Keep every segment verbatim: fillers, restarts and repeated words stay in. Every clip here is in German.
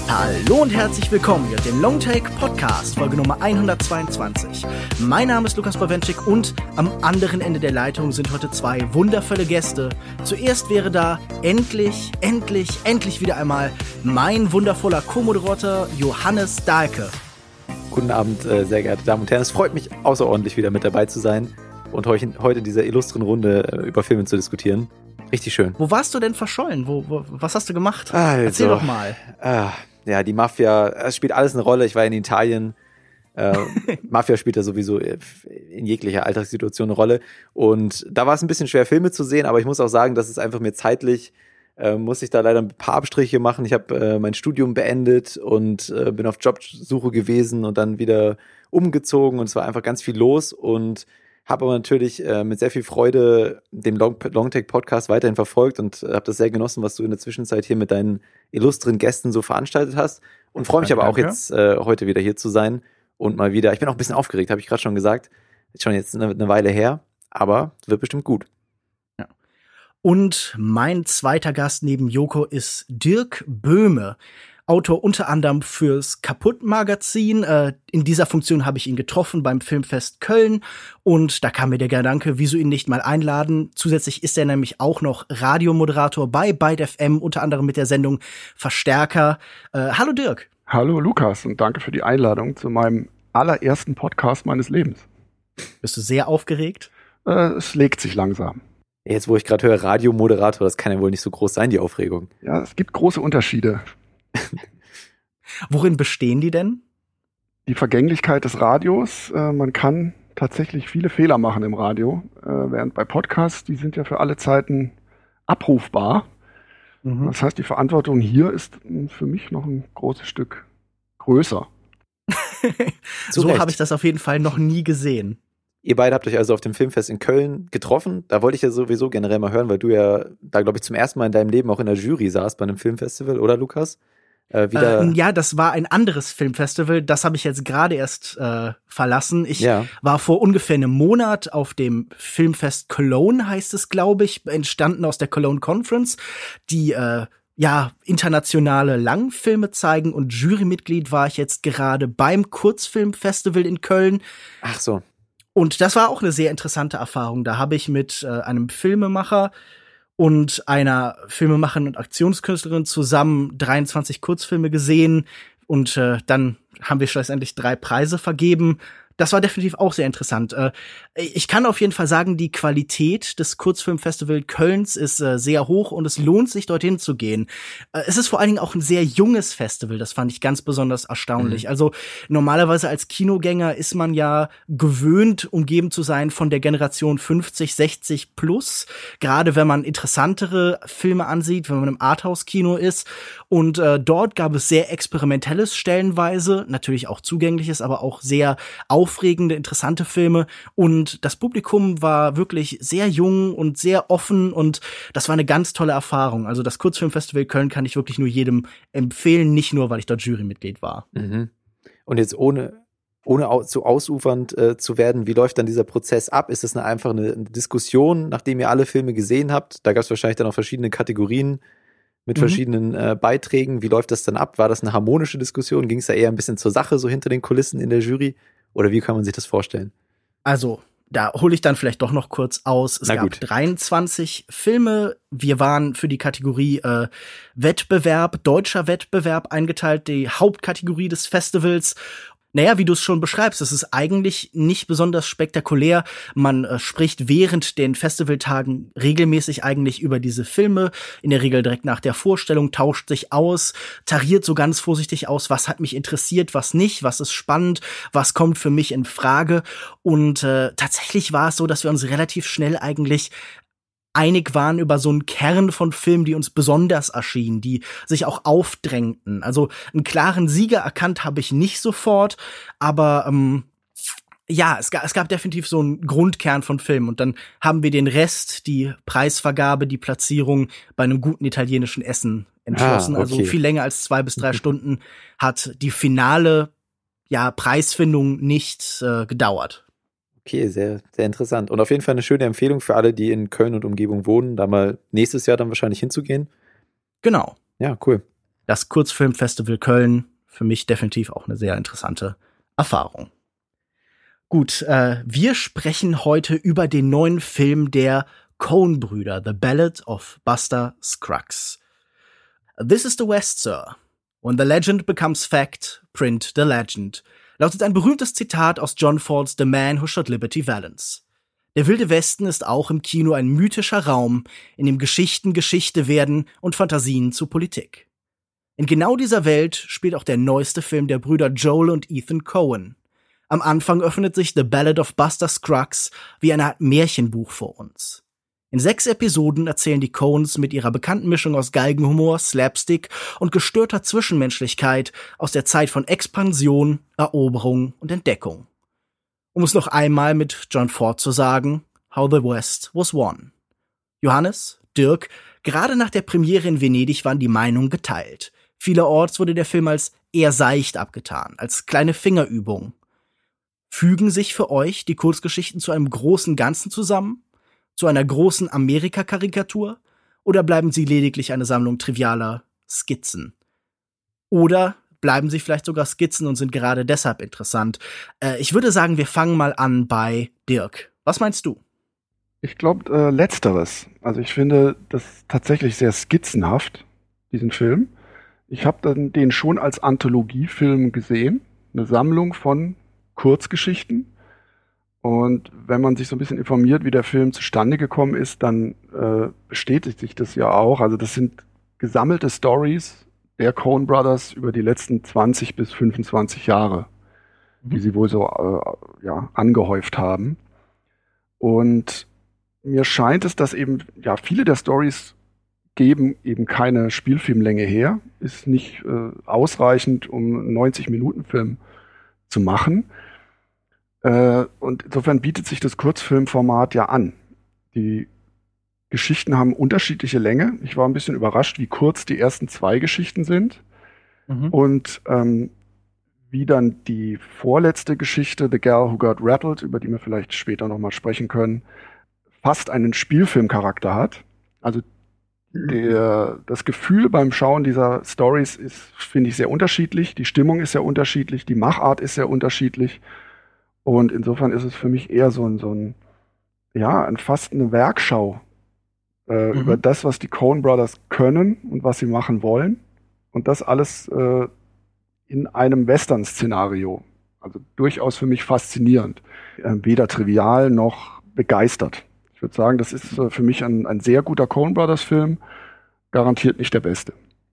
Hallo und herzlich willkommen hier dem Longtake Podcast, Folge Nummer hundertzweiundzwanzig. Mein Name ist Lukas Bawenschik und am anderen Ende der Leitung sind heute zwei wundervolle Gäste. Zuerst wäre da endlich, endlich, endlich wieder einmal mein wundervoller Co-Moderator Johannes Dahlke. Guten Abend, sehr geehrte Damen und Herren. Es freut mich außerordentlich wieder mit dabei zu sein und heute in dieser illustren Runde über Filme zu diskutieren. Richtig schön. Wo warst du denn verschollen? Wo, wo, was hast du gemacht? Also, Erzähl doch mal. Ah, ja, die Mafia, es spielt alles eine Rolle. Ich war in Italien. Äh, Mafia spielt ja sowieso in jeglicher Alltagssituation eine Rolle. Und da war es ein bisschen schwer, Filme zu sehen, aber ich muss auch sagen, dass es einfach mir zeitlich, äh, muss ich da leider ein paar Abstriche machen. Ich habe äh, mein Studium beendet und äh, bin auf Jobsuche gewesen und dann wieder umgezogen und es war einfach ganz viel los und habe aber natürlich äh, mit sehr viel Freude den Long- Longtake-Podcast weiterhin verfolgt und äh, habe das sehr genossen, was du in der Zwischenzeit hier mit deinen illustren Gästen so veranstaltet hast. Und freue mich Danke, aber auch danke. jetzt äh, heute wieder hier zu sein und mal wieder, ich bin auch ein bisschen aufgeregt, habe ich gerade schon gesagt. Ist schon jetzt eine, eine Weile her, aber wird bestimmt gut. Ja. Und mein zweiter Gast neben Joko ist Dirk Böhme. Autor unter anderem fürs Kaputt-Magazin. Äh, in dieser Funktion habe ich ihn getroffen beim Filmfest Köln und da kam mir der Gedanke, wieso ihn nicht mal einladen. Zusätzlich ist er nämlich auch noch Radiomoderator bei Byte F M, unter anderem mit der Sendung Verstärker. Äh, hallo Dirk. Hallo Lukas und danke für die Einladung zu meinem allerersten Podcast meines Lebens. Bist du sehr aufgeregt? Äh, es legt sich langsam. Jetzt, wo ich gerade höre, Radiomoderator, das kann ja wohl nicht so groß sein, die Aufregung. Ja, es gibt große Unterschiede. Worin bestehen die denn? Die Vergänglichkeit des Radios. Äh, man kann tatsächlich viele Fehler machen im Radio, äh, während bei Podcasts, die sind ja für alle Zeiten abrufbar. Mhm. Das heißt, die Verantwortung hier ist mh, für mich noch ein großes Stück größer. So habe ich das auf jeden Fall noch nie gesehen. Ihr beide habt euch also auf dem Filmfest in Köln getroffen. Da wollte ich ja sowieso generell mal hören, weil du ja da, glaube ich, zum ersten Mal in deinem Leben auch in der Jury saßt bei einem Filmfestival, oder Lukas? Äh, wieder äh, ja, das war ein anderes Filmfestival. Das habe ich jetzt gerade erst äh, verlassen. Ich ja. war vor ungefähr einem Monat auf dem Filmfest Cologne, heißt es, glaube ich, entstanden aus der Cologne Conference, die äh, ja internationale Langfilme zeigen. Und Jurymitglied war ich jetzt gerade beim Kurzfilmfestival in Köln. Ach so. Und das war auch eine sehr interessante Erfahrung. Da habe ich mit äh, einem Filmemacher und einer Filmemacherin und Aktionskünstlerin zusammen dreiundzwanzig Kurzfilme gesehen und äh, dann haben wir schlussendlich drei Preise vergeben. Das war definitiv auch sehr interessant. Äh, ich kann auf jeden Fall sagen, die Qualität des Kurzfilmfestival Kölns ist äh, sehr hoch und es lohnt sich, dorthin zu gehen. Äh, es ist vor allen Dingen auch ein sehr junges Festival, das fand ich ganz besonders erstaunlich. Mhm. Also normalerweise als Kinogänger ist man ja gewöhnt, umgeben zu sein von der Generation fünfzig, sechzig plus, gerade wenn man interessantere Filme ansieht, wenn man im Arthouse-Kino ist. Und äh, dort gab es sehr Experimentelles stellenweise, natürlich auch Zugängliches, aber auch sehr aufregende, interessante Filme. Und das Publikum war wirklich sehr jung und sehr offen und das war eine ganz tolle Erfahrung. Also das Kurzfilmfestival Köln kann ich wirklich nur jedem empfehlen, nicht nur, weil ich dort Jurymitglied war. Mhm. Und jetzt ohne, ohne au- zu ausufernd äh, zu werden, wie läuft dann dieser Prozess ab? Ist es eine, einfach eine, eine Diskussion, nachdem ihr alle Filme gesehen habt? Da gab es wahrscheinlich dann auch verschiedene Kategorien mit mhm. verschiedenen äh, Beiträgen. Wie läuft das dann ab? War das eine harmonische Diskussion? Ging es da eher ein bisschen zur Sache, so hinter den Kulissen in der Jury? Oder wie kann man sich das vorstellen? Also, da hole ich dann vielleicht doch noch kurz aus. Es Na gab gut. dreiundzwanzig Filme. Wir waren für die Kategorie äh, Wettbewerb, deutscher Wettbewerb eingeteilt, die Hauptkategorie des Festivals. Naja, wie du es schon beschreibst, es ist eigentlich nicht besonders spektakulär. Man äh, spricht während den Festivaltagen regelmäßig eigentlich über diese Filme. In der Regel direkt nach der Vorstellung, tauscht sich aus, tariert so ganz vorsichtig aus, was hat mich interessiert, was nicht, was ist spannend, was kommt für mich in Frage. Und äh, tatsächlich war es so, dass wir uns relativ schnell eigentlich einig waren über so einen Kern von Filmen, die uns besonders erschienen, die sich auch aufdrängten. Also einen klaren Sieger erkannt habe ich nicht sofort, aber ähm, ja, es gab, es gab definitiv so einen Grundkern von Filmen und dann haben wir den Rest, die Preisvergabe, die Platzierung bei einem guten italienischen Essen entschlossen. Ah, okay. Also viel länger als zwei bis drei Stunden hat die finale ja, Preisfindung nicht äh, gedauert. Okay, sehr, sehr interessant. Und auf jeden Fall eine schöne Empfehlung für alle, die in Köln und Umgebung wohnen, da mal nächstes Jahr dann wahrscheinlich hinzugehen. Genau. Ja, cool. Das Kurzfilmfestival Köln, für mich definitiv auch eine sehr interessante Erfahrung. Gut, äh, wir sprechen heute über den neuen Film der Coen-Brüder, The Ballad of Buster Scruggs. This is the West, Sir. When the legend becomes fact, print the legend. Lautet ein berühmtes Zitat aus John Fords The Man Who Shot Liberty Valance. Der Wilde Westen ist auch im Kino ein mythischer Raum, in dem Geschichten Geschichte werden und Fantasien zu Politik. In genau dieser Welt spielt auch der neueste Film der Brüder Joel und Ethan Coen. Am Anfang öffnet sich The Ballad of Buster Scruggs wie eine Art Märchenbuch vor uns. In sechs Episoden erzählen die Coens mit ihrer bekannten Mischung aus Galgenhumor, Slapstick und gestörter Zwischenmenschlichkeit aus der Zeit von Expansion, Eroberung und Entdeckung. Um es noch einmal mit John Ford zu sagen, How the West was won. Johannes, Dirk, gerade nach der Premiere in Venedig waren die Meinungen geteilt. Vielerorts wurde der Film als eher seicht abgetan, als kleine Fingerübung. Fügen sich für euch die Kurzgeschichten zu einem großen Ganzen zusammen? Zu einer großen Amerika-Karikatur? Oder bleiben sie lediglich eine Sammlung trivialer Skizzen? Oder bleiben sie vielleicht sogar Skizzen und sind gerade deshalb interessant? Äh, ich würde sagen, wir fangen mal an bei Dirk. Was meinst du? Ich glaube, äh, letzteres. Also ich finde das tatsächlich sehr skizzenhaft, diesen Film. Ich habe dann den schon als Anthologiefilm gesehen. Eine Sammlung von Kurzgeschichten. Und wenn man sich so ein bisschen informiert, wie der Film zustande gekommen ist, dann äh, bestätigt sich das ja auch. Also das sind gesammelte Stories der Coen Brothers über die letzten zwanzig bis fünfundzwanzig Jahre, mhm. die sie wohl so äh, ja, angehäuft haben. Und mir scheint es, dass eben ja viele der Stories geben eben keine Spielfilmlänge her, ist nicht äh, ausreichend, um einen neunzig-Minuten-Film zu machen. Und insofern bietet sich das Kurzfilmformat ja an. Die Geschichten haben unterschiedliche Länge. Ich war ein bisschen überrascht, wie kurz die ersten zwei Geschichten sind. Mhm. Und ähm, wie dann die vorletzte Geschichte, The Girl Who Got Rattled, über die wir vielleicht später nochmal sprechen können, fast einen Spielfilmcharakter hat. Also der, das Gefühl beim Schauen dieser Stories ist, finde ich, sehr unterschiedlich. Die Stimmung ist sehr unterschiedlich, die Machart ist sehr unterschiedlich. Und insofern ist es für mich eher so ein, so ein ja, ein, fast eine Werkschau äh, mhm. über das, was die Coen Brothers können und was sie machen wollen. Und das alles äh, in einem Western-Szenario. Also durchaus für mich faszinierend. Äh, weder trivial noch begeistert. Ich würde sagen, das ist äh, für mich ein, ein sehr guter Coen Brothers-Film. Garantiert nicht der beste.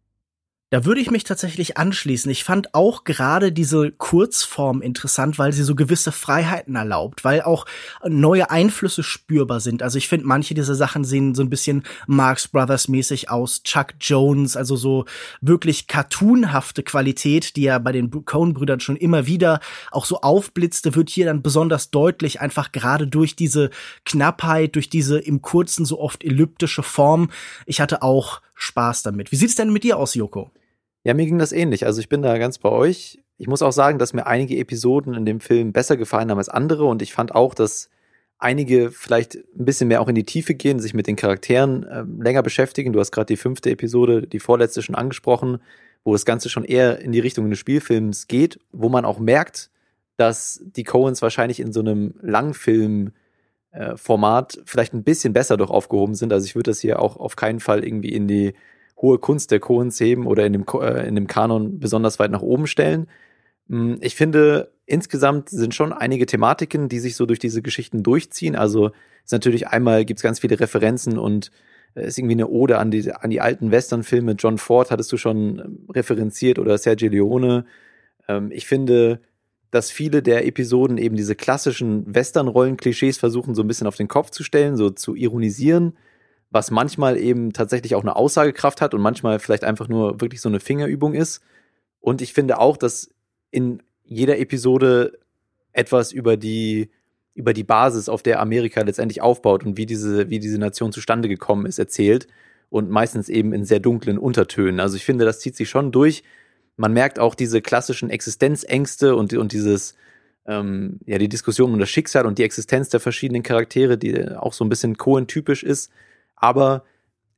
Da würde ich mich tatsächlich anschließen. Ich fand auch gerade diese Kurzform interessant, weil sie so gewisse Freiheiten erlaubt, weil auch neue Einflüsse spürbar sind. Also ich finde, manche dieser Sachen sehen so ein bisschen Marx Brothers mäßig aus, Chuck Jones, also so wirklich cartoonhafte Qualität, die ja bei den Coen-Brüdern schon immer wieder auch so aufblitzte, wird hier dann besonders deutlich, einfach gerade durch diese Knappheit, durch diese im Kurzen so oft elliptische Form. Ich hatte auch Spaß damit. Wie sieht's denn mit dir aus, Joko? Ja, mir ging das ähnlich. Also ich bin da ganz bei euch. Ich muss auch sagen, dass mir einige Episoden in dem Film besser gefallen haben als andere. Und ich fand auch, dass einige vielleicht ein bisschen mehr auch in die Tiefe gehen, sich mit den Charakteren äh, länger beschäftigen. Du hast gerade die fünfte Episode, die vorletzte schon angesprochen, wo das Ganze schon eher in die Richtung eines Spielfilms geht, wo man auch merkt, dass die Coens wahrscheinlich in so einem Langfilm-Format äh, vielleicht ein bisschen besser doch aufgehoben sind. Also ich würde das hier auch auf keinen Fall irgendwie in die hohe Kunst der Coens heben oder in dem, äh, in dem Kanon besonders weit nach oben stellen. Ich finde, insgesamt sind schon einige Thematiken, die sich so durch diese Geschichten durchziehen. Also ist natürlich einmal, gibt es ganz viele Referenzen und äh, ist irgendwie eine Ode an die, an die alten Western-Filme. John Ford hattest du schon referenziert oder Sergio Leone. Ähm, ich finde, dass viele der Episoden eben diese klassischen Western-Rollen-Klischees versuchen, so ein bisschen auf den Kopf zu stellen, so zu ironisieren, was manchmal eben tatsächlich auch eine Aussagekraft hat und manchmal vielleicht einfach nur wirklich so eine Fingerübung ist. Und ich finde auch, dass in jeder Episode etwas über die, über die Basis, auf der Amerika letztendlich aufbaut und wie diese, wie diese Nation zustande gekommen ist, erzählt. Und meistens eben in sehr dunklen Untertönen. Also ich finde, das zieht sich schon durch. Man merkt auch diese klassischen Existenzängste und, und dieses, ähm, ja, die Diskussion um das Schicksal und die Existenz der verschiedenen Charaktere, die auch so ein bisschen Coen-typisch ist. Aber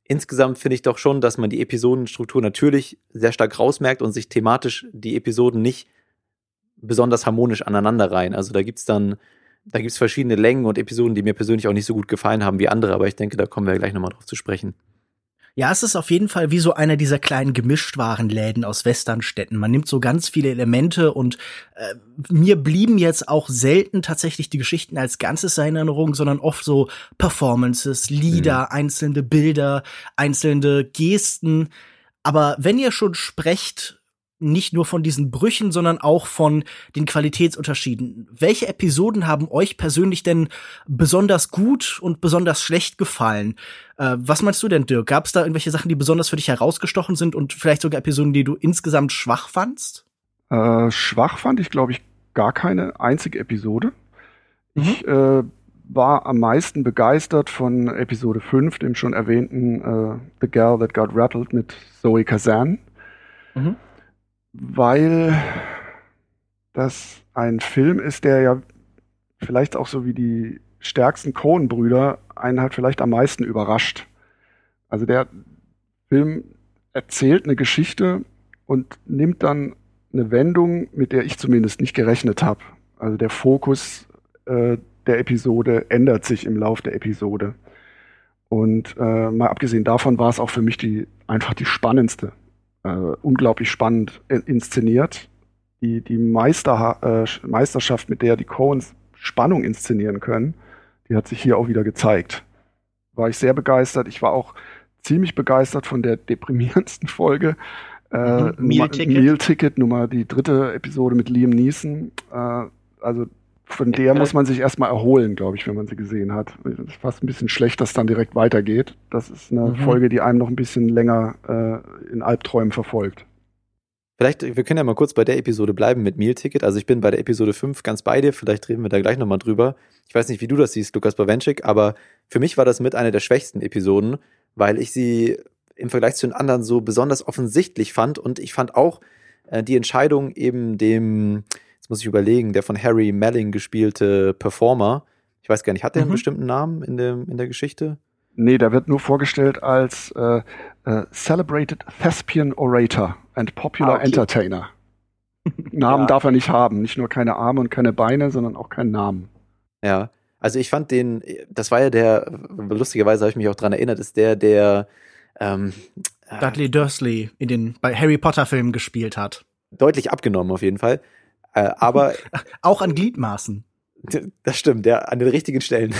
insgesamt finde ich doch schon, dass man die Episodenstruktur natürlich sehr stark rausmerkt und sich thematisch die Episoden nicht besonders harmonisch aneinander reihen. Also da gibt's dann, da gibt's verschiedene Längen und Episoden, die mir persönlich auch nicht so gut gefallen haben wie andere, aber ich denke, da kommen wir gleich nochmal drauf zu sprechen. Ja, es ist auf jeden Fall wie so einer dieser kleinen Gemischtwarenläden aus Westernstädten. Man nimmt so ganz viele Elemente und äh, mir blieben jetzt auch selten tatsächlich die Geschichten als Ganzes in Erinnerung, sondern oft so Performances, Lieder, mhm. einzelne Bilder, einzelne Gesten. Aber wenn ihr schon sprecht, nicht nur von diesen Brüchen, sondern auch von den Qualitätsunterschieden. Welche Episoden haben euch persönlich denn besonders gut und besonders schlecht gefallen? Äh, was meinst du denn, Dirk? Gab es da irgendwelche Sachen, die besonders für dich herausgestochen sind und vielleicht sogar Episoden, die du insgesamt schwach fandst? Äh, schwach fand ich, glaube ich, gar keine einzige Episode. Mhm. Ich äh, war am meisten begeistert von Episode fünf, dem schon erwähnten äh, The Girl That Got Rattled mit Zoe Kazan. Mhm. Weil das ein Film ist, der ja vielleicht auch so wie die stärksten Coen-Brüder einen halt vielleicht am meisten überrascht. Also der Film erzählt eine Geschichte und nimmt dann eine Wendung, mit der ich zumindest nicht gerechnet habe. Also der Fokus äh, der Episode ändert sich im Lauf der Episode. Und äh, mal abgesehen davon war es auch für mich die einfach die spannendste. Uh, unglaublich spannend inszeniert. Die, die Meister, äh, Meisterschaft, mit der die Coens Spannung inszenieren können, die hat sich hier auch wieder gezeigt. War ich sehr begeistert. Ich war auch ziemlich begeistert von der deprimierendsten Folge. Äh, mhm. Meal Ticket. Meal Ticket, Nummer, die dritte Episode mit Liam Neeson. Äh, also von der ja. muss man sich erstmal erholen, glaube ich, wenn man sie gesehen hat. Es ist fast ein bisschen schlecht, dass dann direkt weitergeht. Das ist eine mhm. Folge, die einem noch ein bisschen länger äh, in Albträumen verfolgt. Vielleicht, wir können ja mal kurz bei der Episode bleiben mit Meal Ticket. Also ich bin bei der Episode fünf ganz bei dir. Vielleicht reden wir da gleich nochmal drüber. Ich weiß nicht, wie du das siehst, Lukas Bawenschik, aber für mich war das mit einer der schwächsten Episoden, weil ich sie im Vergleich zu den anderen so besonders offensichtlich fand. Und ich fand auch äh, die Entscheidung eben dem Jetzt muss ich überlegen, der von Harry Melling gespielte Performer, ich weiß gar nicht, hat der mhm. einen bestimmten Namen in, dem, in der Geschichte? Nee, der wird nur vorgestellt als äh, äh, Celebrated Thespian Orator and Popular ah, okay. Entertainer. Namen ja. darf er nicht haben, nicht nur keine Arme und keine Beine, sondern auch keinen Namen. Ja, also ich fand den, das war ja der, lustigerweise habe ich mich auch dran erinnert, ist der, der ähm, Dudley Dursley in den bei Harry Potter Filmen gespielt hat. Deutlich abgenommen auf jeden Fall. Äh, aber auch an Gliedmaßen. Das stimmt, ja, an den richtigen Stellen.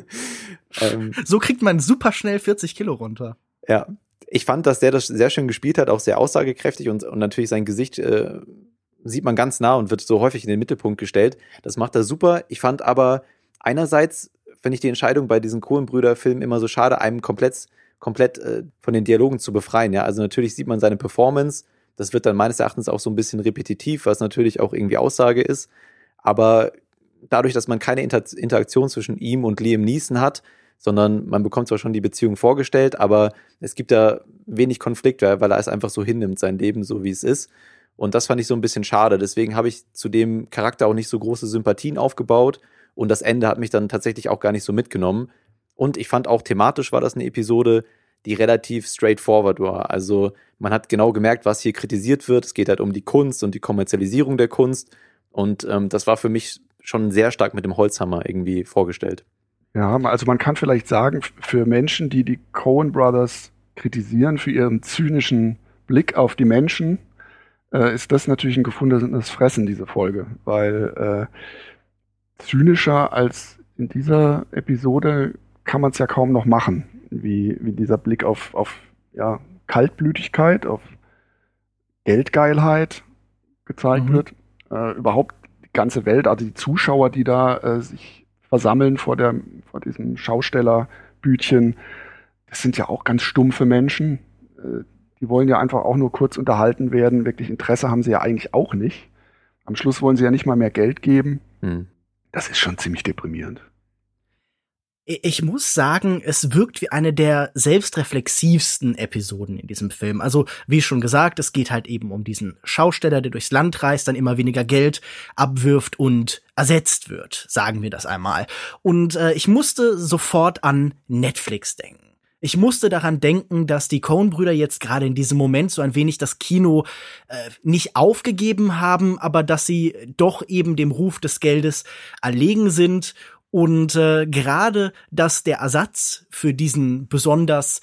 ähm, so kriegt man super schnell vierzig Kilo runter. Ja, ich fand, dass der das sehr schön gespielt hat, auch sehr aussagekräftig und, und natürlich sein Gesicht äh, sieht man ganz nah und wird so häufig in den Mittelpunkt gestellt. Das macht er super. Ich fand aber einerseits, finde ich die Entscheidung bei diesen Coen-Brüder-Filmen immer so schade, einem komplett, komplett äh, von den Dialogen zu befreien. Ja, also natürlich sieht man seine Performance. Das wird dann meines Erachtens auch so ein bisschen repetitiv, was natürlich auch irgendwie Aussage ist. Aber dadurch, dass man keine Inter- Interaktion zwischen ihm und Liam Neeson hat, sondern man bekommt zwar schon die Beziehung vorgestellt, aber es gibt da wenig Konflikt, weil er es einfach so hinnimmt, sein Leben so wie es ist. Und das fand ich so ein bisschen schade. Deswegen habe ich zu dem Charakter auch nicht so große Sympathien aufgebaut. Und das Ende hat mich dann tatsächlich auch gar nicht so mitgenommen. Und ich fand auch thematisch war das eine Episode, die relativ straightforward war. Also man hat genau gemerkt, was hier kritisiert wird. Es geht halt um die Kunst und die Kommerzialisierung der Kunst. Und ähm, das war für mich schon sehr stark mit dem Holzhammer irgendwie vorgestellt. Ja, also man kann vielleicht sagen, für Menschen, die die Coen Brothers kritisieren für ihren zynischen Blick auf die Menschen, äh, ist das natürlich ein gefundenes Fressen, diese Folge. Weil äh, zynischer als in dieser Episode kann man es ja kaum noch machen, wie, wie dieser Blick auf, auf ja, Kaltblütigkeit, auf Geldgeilheit gezeigt mhm. wird. Äh, überhaupt die ganze Welt, also die Zuschauer, die da äh, sich versammeln vor, der, vor diesem Schaustellerbütchen, das sind ja auch ganz stumpfe Menschen. Äh, die wollen ja einfach auch nur kurz unterhalten werden. Wirklich Interesse haben sie ja eigentlich auch nicht. Am Schluss wollen sie ja nicht mal mehr Geld geben. Mhm. Das ist schon ziemlich deprimierend. Ich muss sagen, es wirkt wie eine der selbstreflexivsten Episoden in diesem Film. Also, wie schon gesagt, es geht halt eben um diesen Schausteller, der durchs Land reist, dann immer weniger Geld abwirft und ersetzt wird, sagen wir das einmal. Und äh, ich musste sofort an Netflix denken. ich musste daran denken, dass die Coen-Brüder jetzt gerade in diesem Moment so ein wenig das Kino äh, nicht aufgegeben haben, aber dass sie doch eben dem Ruf des Geldes erlegen sind. Und äh, gerade, dass der Ersatz für diesen besonders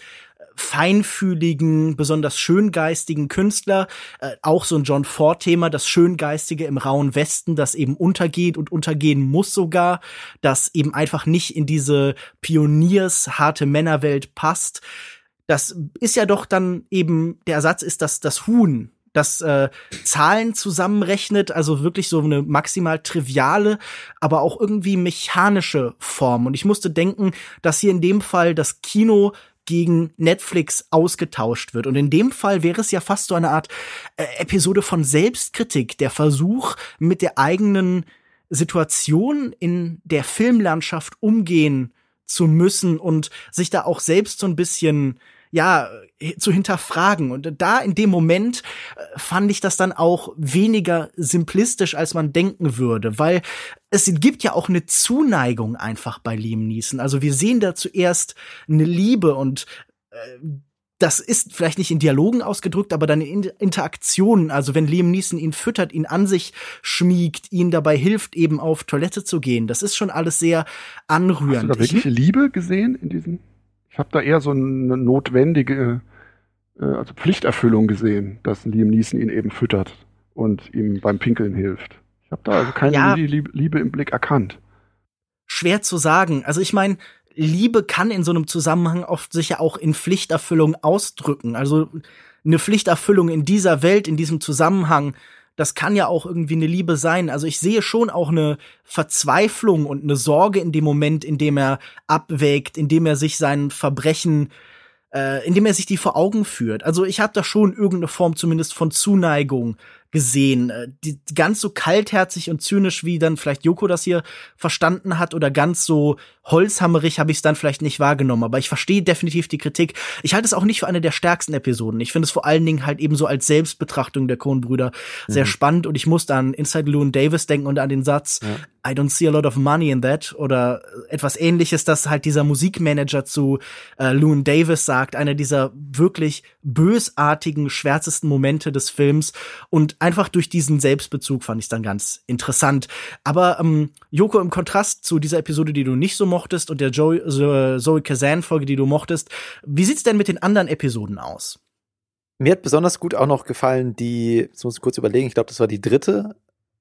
feinfühligen, besonders schöngeistigen Künstler, äh, auch so ein John Ford-Thema, das Schöngeistige im rauen Westen, das eben untergeht und untergehen muss sogar, das eben einfach nicht in diese Pioniers harte Männerwelt passt. Das ist ja doch dann eben, der Ersatz ist das, das Huhn, das äh, Zahlen zusammenrechnet, also wirklich so eine maximal triviale, aber auch irgendwie mechanische Form. Und ich musste denken, dass hier in dem Fall das Kino gegen Netflix ausgetauscht wird. Und in dem Fall wäre es ja fast so eine Art äh, Episode von Selbstkritik, der Versuch, mit der eigenen Situation in der Filmlandschaft umgehen zu müssen und sich da auch selbst so ein bisschen ja, zu hinterfragen. Und da in dem Moment äh, fand ich das dann auch weniger simplistisch, als man denken würde, weil es gibt ja auch eine Zuneigung einfach bei Liam Neeson. Also wir sehen da zuerst eine Liebe und äh, das ist vielleicht nicht in Dialogen ausgedrückt, aber dann in Interaktionen. Also wenn Liam Neeson ihn füttert, ihn an sich schmiegt, ihn dabei hilft, eben auf Toilette zu gehen. Das ist schon alles sehr anrührend. Hast du da wirkliche Liebe gesehen in diesem? Ich habe da eher so eine notwendige äh, also Pflichterfüllung gesehen, dass Liam Neeson ihn eben füttert und ihm beim Pinkeln hilft. Ich habe da also keine ja, Liebe, Liebe im Blick erkannt. Schwer zu sagen. Also ich meine, Liebe kann in so einem Zusammenhang oft sich ja auch in Pflichterfüllung ausdrücken. Also eine Pflichterfüllung in dieser Welt, in diesem Zusammenhang, das kann ja auch irgendwie eine Liebe sein. Also ich sehe schon auch eine Verzweiflung und eine Sorge in dem Moment, in dem er abwägt, in dem er sich sein Verbrechen, äh, in dem er sich die vor Augen führt. Also ich habe da schon irgendeine Form zumindest von Zuneigung gesehen. Die, ganz so kaltherzig und zynisch, wie dann vielleicht Yoko das hier verstanden hat, oder ganz so holzhammerig habe ich es dann vielleicht nicht wahrgenommen. Aber ich verstehe definitiv die Kritik. Ich halte es auch nicht für eine der stärksten Episoden. Ich finde es vor allen Dingen halt eben so als Selbstbetrachtung der Coen-Brüder mhm. sehr spannend. Und ich musste an Inside Llewyn Davis denken und an den Satz, ja. I don't see a lot of money in that. Oder etwas Ähnliches, das halt dieser Musikmanager zu äh, Llewyn Davis sagt. Einer dieser wirklich bösartigen, schwärzesten Momente des Films. Und einfach durch diesen Selbstbezug fand ich es dann ganz interessant. Aber ähm, Yoko, im Kontrast zu dieser Episode, die du nicht so mochtest, und der Joey, äh, Zoe Kazan-Folge, die du mochtest, wie sieht's denn mit den anderen Episoden aus? Mir hat besonders gut auch noch gefallen die, jetzt muss ich kurz überlegen, ich glaube, das war die dritte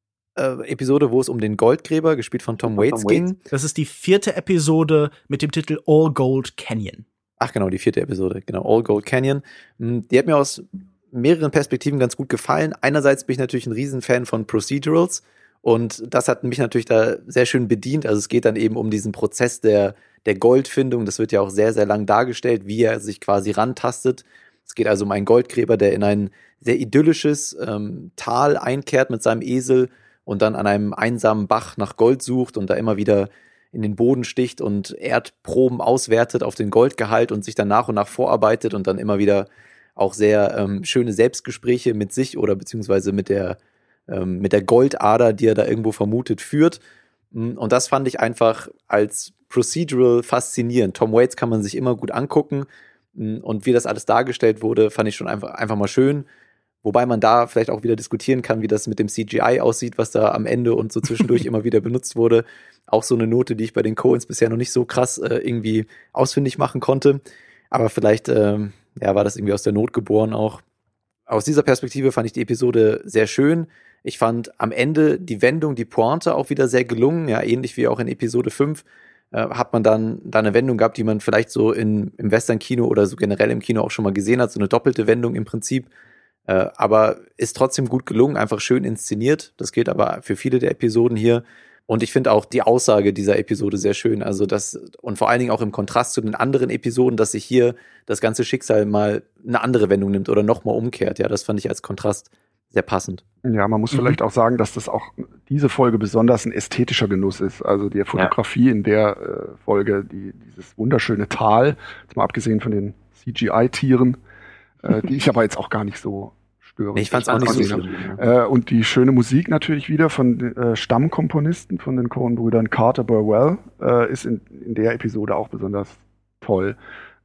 äh, Episode, wo es um den Goldgräber, gespielt von Tom Waits, Tom ging. Das ist die vierte Episode mit dem Titel All Gold Canyon. Ach genau, die vierte Episode, genau, All Gold Canyon. Die hat mir aus mehreren Perspektiven ganz gut gefallen. Einerseits bin ich natürlich ein Riesenfan von Procedurals und das hat mich natürlich da sehr schön bedient. Also es geht dann eben um diesen Prozess der, der Goldfindung. Das wird ja auch sehr, sehr lang dargestellt, wie er sich quasi rantastet. Es geht also um einen Goldgräber, der in ein sehr idyllisches ähm, Tal einkehrt mit seinem Esel und dann an einem einsamen Bach nach Gold sucht und da immer wieder in den Boden sticht und Erdproben auswertet auf den Goldgehalt und sich dann nach und nach vorarbeitet und dann immer wieder auch sehr ähm, schöne Selbstgespräche mit sich oder beziehungsweise mit der, ähm, mit der Goldader, die er da irgendwo vermutet, führt. Und das fand ich einfach als Procedural faszinierend. Tom Waits kann man sich immer gut angucken. Und wie das alles dargestellt wurde, fand ich schon einfach, einfach mal schön. Wobei man da vielleicht auch wieder diskutieren kann, wie das mit dem C G I aussieht, was da am Ende und so zwischendurch immer wieder benutzt wurde. Auch so eine Note, die ich bei den Coens bisher noch nicht so krass äh, irgendwie ausfindig machen konnte. Aber vielleicht ähm, ja, war das irgendwie aus der Not geboren auch. Aus dieser Perspektive fand ich die Episode sehr schön. Ich fand am Ende die Wendung, die Pointe auch wieder sehr gelungen. Ja, ähnlich wie auch in Episode fünf äh, hat man dann da eine Wendung gehabt, die man vielleicht so in, im Western-Kino oder so generell im Kino auch schon mal gesehen hat. So eine doppelte Wendung im Prinzip. Äh, aber ist trotzdem gut gelungen, einfach schön inszeniert. Das gilt aber für viele der Episoden hier. Und ich finde auch die Aussage dieser Episode sehr schön. Also das, und vor allen Dingen auch im Kontrast zu den anderen Episoden, dass sich hier das ganze Schicksal mal eine andere Wendung nimmt oder nochmal umkehrt. Ja, das fand ich als Kontrast sehr passend. Ja, man muss mhm. vielleicht auch sagen, dass das auch diese Folge besonders ein ästhetischer Genuss ist. Also die Fotografie ja. in der äh, Folge, die, dieses wunderschöne Tal, jetzt mal abgesehen von den C G I-Tieren, äh, die ich aber jetzt auch gar nicht so Nee, ich fand's auch nicht so schlimm. Äh, und die schöne Musik natürlich wieder von äh, Stammkomponisten von den Coen-Brüdern Carter Burwell äh, ist in, in der Episode auch besonders toll. Äh,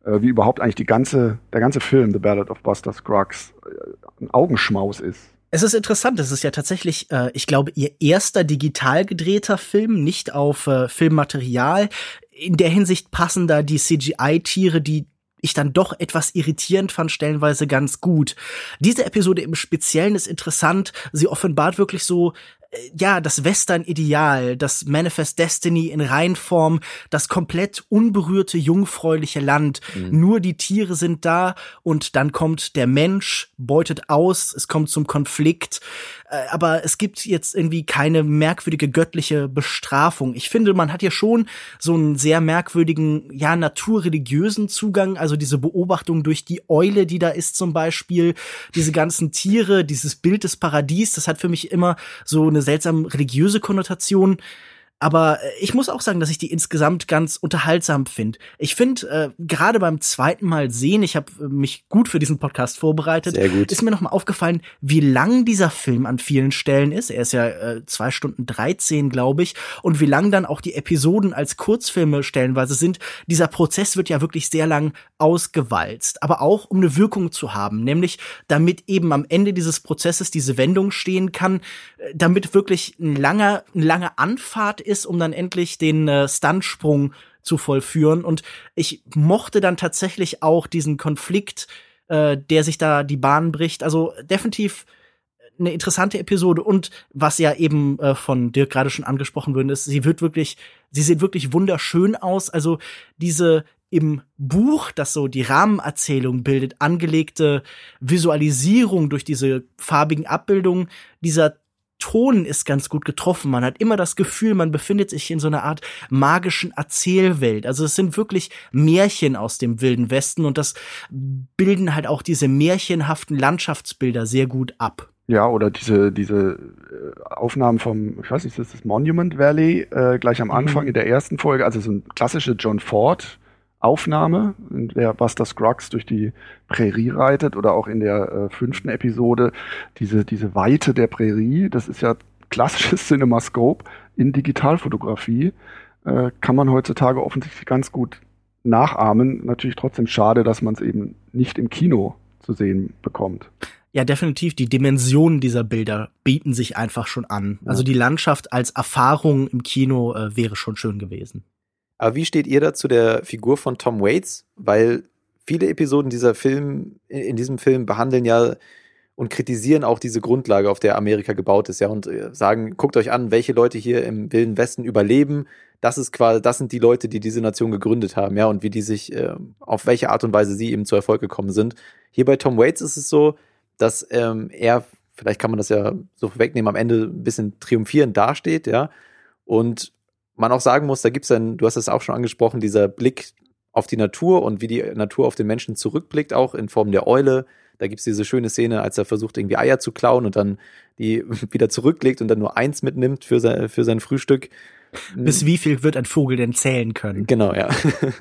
äh, wie überhaupt eigentlich die ganze, der ganze Film The Ballad of Buster Scruggs äh, ein Augenschmaus ist. Es ist interessant, es ist ja tatsächlich, äh, ich glaube, ihr erster digital gedrehter Film, nicht auf äh, Filmmaterial. In der Hinsicht passen da die C G I-Tiere, die ich dann doch etwas irritierend fand, stellenweise ganz gut. Diese Episode im Speziellen ist interessant. Sie offenbart wirklich so, ja, das Western-Ideal, das Manifest Destiny in Reinform, das komplett unberührte, jungfräuliche Land. Mhm. Nur die Tiere sind da und dann kommt der Mensch, beutet aus, es kommt zum Konflikt. Aber es gibt jetzt irgendwie keine merkwürdige göttliche Bestrafung. Ich finde, man hat hier schon so einen sehr merkwürdigen, ja, naturreligiösen Zugang. Also diese Beobachtung durch die Eule, die da ist zum Beispiel. Diese ganzen Tiere, dieses Bild des Paradies, das hat für mich immer so eine seltsame religiöse Konnotation. Aber ich muss auch sagen, dass ich die insgesamt ganz unterhaltsam finde. Ich finde, äh, gerade beim zweiten Mal sehen, ich habe mich gut für diesen Podcast vorbereitet, Sehr gut. Ist mir noch mal aufgefallen, wie lang dieser Film an vielen Stellen ist. Er ist ja äh, zwei Stunden dreizehn, glaube ich. Und wie lang dann auch die Episoden als Kurzfilme stellenweise sind. Dieser Prozess wird ja wirklich sehr lang ausgewalzt. Aber auch, um eine Wirkung zu haben. Nämlich, damit eben am Ende dieses Prozesses diese Wendung stehen kann, damit wirklich ein langer, eine lange Anfahrt ist, um dann endlich den äh, Stuntsprung zu vollführen. Und ich mochte dann tatsächlich auch diesen Konflikt, äh, der sich da die Bahn bricht. Also definitiv eine interessante Episode. Und was ja eben äh, von Dirk gerade schon angesprochen wurde, ist, sie wird wirklich, sie sieht wirklich wunderschön aus. Also diese im Buch, das so die Rahmenerzählung bildet, angelegte Visualisierung durch diese farbigen Abbildungen, dieser Ton ist ganz gut getroffen. Man hat immer das Gefühl, man befindet sich in so einer Art magischen Erzählwelt. Also es sind wirklich Märchen aus dem Wilden Westen und das bilden halt auch diese märchenhaften Landschaftsbilder sehr gut ab. Ja, oder diese diese Aufnahmen vom, ich weiß nicht, das ist das Monument Valley, äh, gleich am Anfang mhm. in der ersten Folge, also so eine klassische John Ford Aufnahme, in der Buster Scruggs durch die Prärie reitet, oder auch in der äh, fünften Episode diese diese Weite der Prärie, das ist ja klassisches CinemaScope in Digitalfotografie, äh, kann man heutzutage offensichtlich ganz gut nachahmen. Natürlich trotzdem schade, dass man es eben nicht im Kino zu sehen bekommt. Ja, definitiv. Die Dimensionen dieser Bilder bieten sich einfach schon an. Ja. Also die Landschaft als Erfahrung im Kino äh, wäre schon schön gewesen. Aber wie steht ihr da zu der Figur von Tom Waits? Weil viele Episoden dieser Film, in diesem Film behandeln ja und kritisieren auch diese Grundlage, auf der Amerika gebaut ist, ja, und sagen, guckt euch an, welche Leute hier im Wilden Westen überleben. Das ist quasi, das sind die Leute, die diese Nation gegründet haben, ja, und wie die sich, äh, auf welche Art und Weise sie eben zu Erfolg gekommen sind. Hier bei Tom Waits ist es so, dass ähm, er, vielleicht kann man das ja so wegnehmen, am Ende ein bisschen triumphierend dasteht, ja, und man auch sagen muss, da gibt's dann, du hast es auch schon angesprochen, dieser Blick auf die Natur und wie die Natur auf den Menschen zurückblickt, auch in Form der Eule. Da gibt's diese schöne Szene, als er versucht, irgendwie Eier zu klauen und dann die wieder zurücklegt und dann nur eins mitnimmt für sein, für sein Frühstück. Bis wie viel wird ein Vogel denn zählen können? Genau, ja.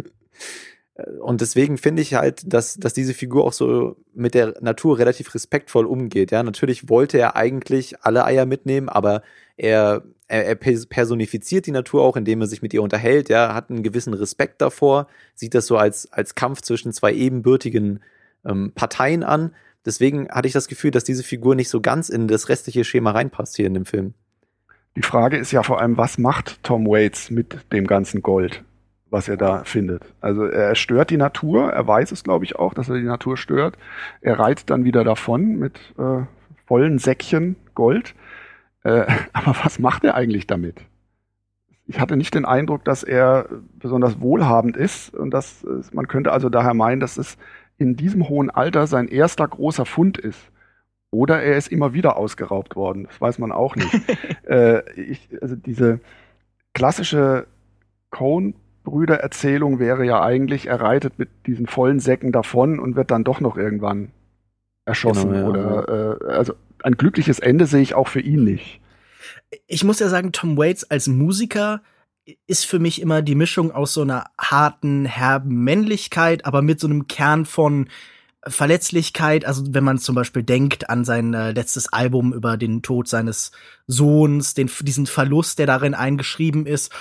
Und deswegen finde ich halt, dass, dass diese Figur auch so mit der Natur relativ respektvoll umgeht. Ja, natürlich wollte er eigentlich alle Eier mitnehmen, aber er, er, er personifiziert die Natur auch, indem er sich mit ihr unterhält. Ja, hat einen gewissen Respekt davor, sieht das so als, als Kampf zwischen zwei ebenbürtigen ähm, Parteien an. Deswegen hatte ich das Gefühl, dass diese Figur nicht so ganz in das restliche Schema reinpasst hier in dem Film. Die Frage ist ja vor allem, was macht Tom Waits mit dem ganzen Gold, was er da findet? Also er stört die Natur, er weiß es, glaube ich, auch, dass er die Natur stört. Er reitet dann wieder davon mit äh, vollen Säckchen Gold. Äh, aber was macht er eigentlich damit? Ich hatte nicht den Eindruck, dass er besonders wohlhabend ist, und dass man könnte also daher meinen, dass es in diesem hohen Alter sein erster großer Fund ist. Oder er ist immer wieder ausgeraubt worden. Das weiß man auch nicht. äh, ich, also diese klassische Coen-Brüder-Erzählung wäre ja eigentlich, er reitet mit diesen vollen Säcken davon und wird dann doch noch irgendwann erschossen. Genau, ja, oder äh, also ein glückliches Ende sehe ich auch für ihn nicht. Ich muss ja sagen, Tom Waits als Musiker ist für mich immer die Mischung aus so einer harten, herben Männlichkeit, aber mit so einem Kern von Verletzlichkeit. Also wenn man zum Beispiel denkt an sein äh, letztes Album über den Tod seines Sohns, den, diesen Verlust, der darin eingeschrieben ist.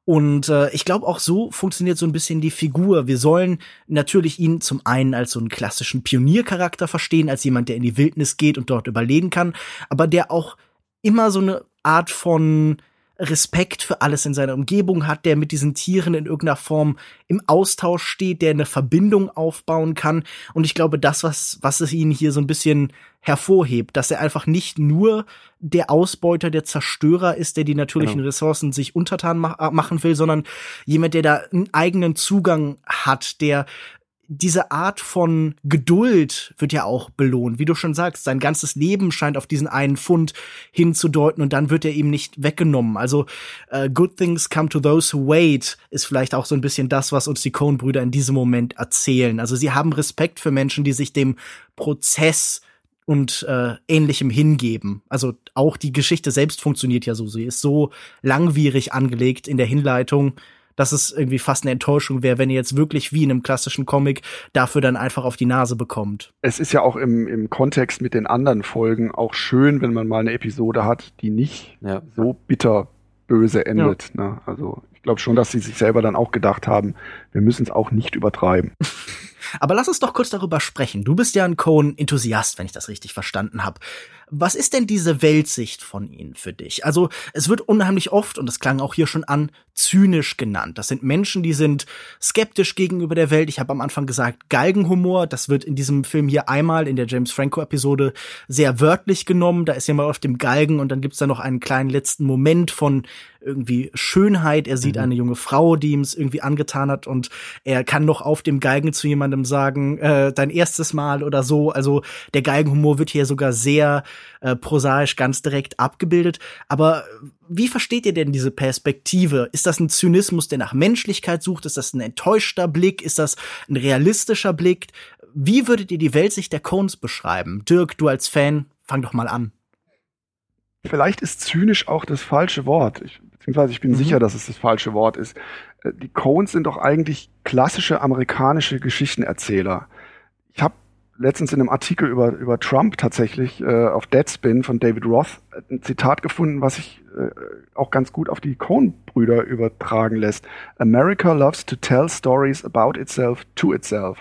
Und äh, ich glaube, auch so funktioniert so ein bisschen die Figur. Wir sollen natürlich ihn zum einen als so einen klassischen Pioniercharakter verstehen, als jemand, der in die Wildnis geht und dort überleben kann, aber der auch immer so eine Art von Respekt für alles in seiner Umgebung hat, der mit diesen Tieren in irgendeiner Form im Austausch steht, der eine Verbindung aufbauen kann. Und ich glaube, das, was, was es ihn hier so ein bisschen hervorhebt, dass er einfach nicht nur der Ausbeuter, der Zerstörer ist, der die natürlichen genau. Ressourcen sich untertan ma- machen will, sondern jemand, der da einen eigenen Zugang hat, der diese Art von Geduld wird ja auch belohnt. Wie du schon sagst, sein ganzes Leben scheint auf diesen einen Fund hinzudeuten und dann wird er ihm nicht weggenommen. Also uh, good things come to those who wait ist vielleicht auch so ein bisschen das, was uns die Coen-Brüder in diesem Moment erzählen. Also sie haben Respekt für Menschen, die sich dem Prozess und äh, Ähnlichem hingeben. Also auch die Geschichte selbst funktioniert ja so. Sie ist so langwierig angelegt in der Hinleitung, dass es irgendwie fast eine Enttäuschung wäre, wenn ihr jetzt wirklich wie in einem klassischen Comic dafür dann einfach auf die Nase bekommt. Es ist ja auch im, im Kontext mit den anderen Folgen auch schön, wenn man mal eine Episode hat, die nicht ja. so bitterböse endet. Ja. Ne? Also ich glaube schon, dass sie sich selber dann auch gedacht haben, wir müssen es auch nicht übertreiben. Aber lass uns doch kurz darüber sprechen. Du bist ja ein Coen-Enthusiast, wenn ich das richtig verstanden habe. Was ist denn diese Weltsicht von ihnen für dich? Also es wird unheimlich oft, und das klang auch hier schon an, zynisch genannt. Das sind Menschen, die sind skeptisch gegenüber der Welt. Ich habe am Anfang gesagt, Galgenhumor. Das wird in diesem Film hier einmal in der James Franco-Episode sehr wörtlich genommen. Da ist jemand auf dem Galgen und dann gibt's da noch einen kleinen letzten Moment von irgendwie Schönheit. Er sieht mhm. eine junge Frau, die ihm es irgendwie angetan hat und er kann noch auf dem Galgen zu jemandem sagen, äh, dein erstes Mal oder so. Also der Galgenhumor wird hier sogar sehr äh, prosaisch ganz direkt abgebildet. Aber wie versteht ihr denn diese Perspektive? Ist das ein Zynismus, der nach Menschlichkeit sucht? Ist das ein enttäuschter Blick? Ist das ein realistischer Blick? Wie würdet ihr die Weltsicht der Coens beschreiben? Dirk, du als Fan, fang doch mal an. Vielleicht ist zynisch auch das falsche Wort. Ich, beziehungsweise ich bin mhm. sicher, dass es das falsche Wort ist. Die Coens sind doch eigentlich klassische amerikanische Geschichtenerzähler. Ich habe letztens in einem Artikel über, über Trump tatsächlich äh, auf Deadspin von David Roth ein Zitat gefunden, was sich äh, auch ganz gut auf die Coen-Brüder übertragen lässt. America loves to tell stories about itself to itself.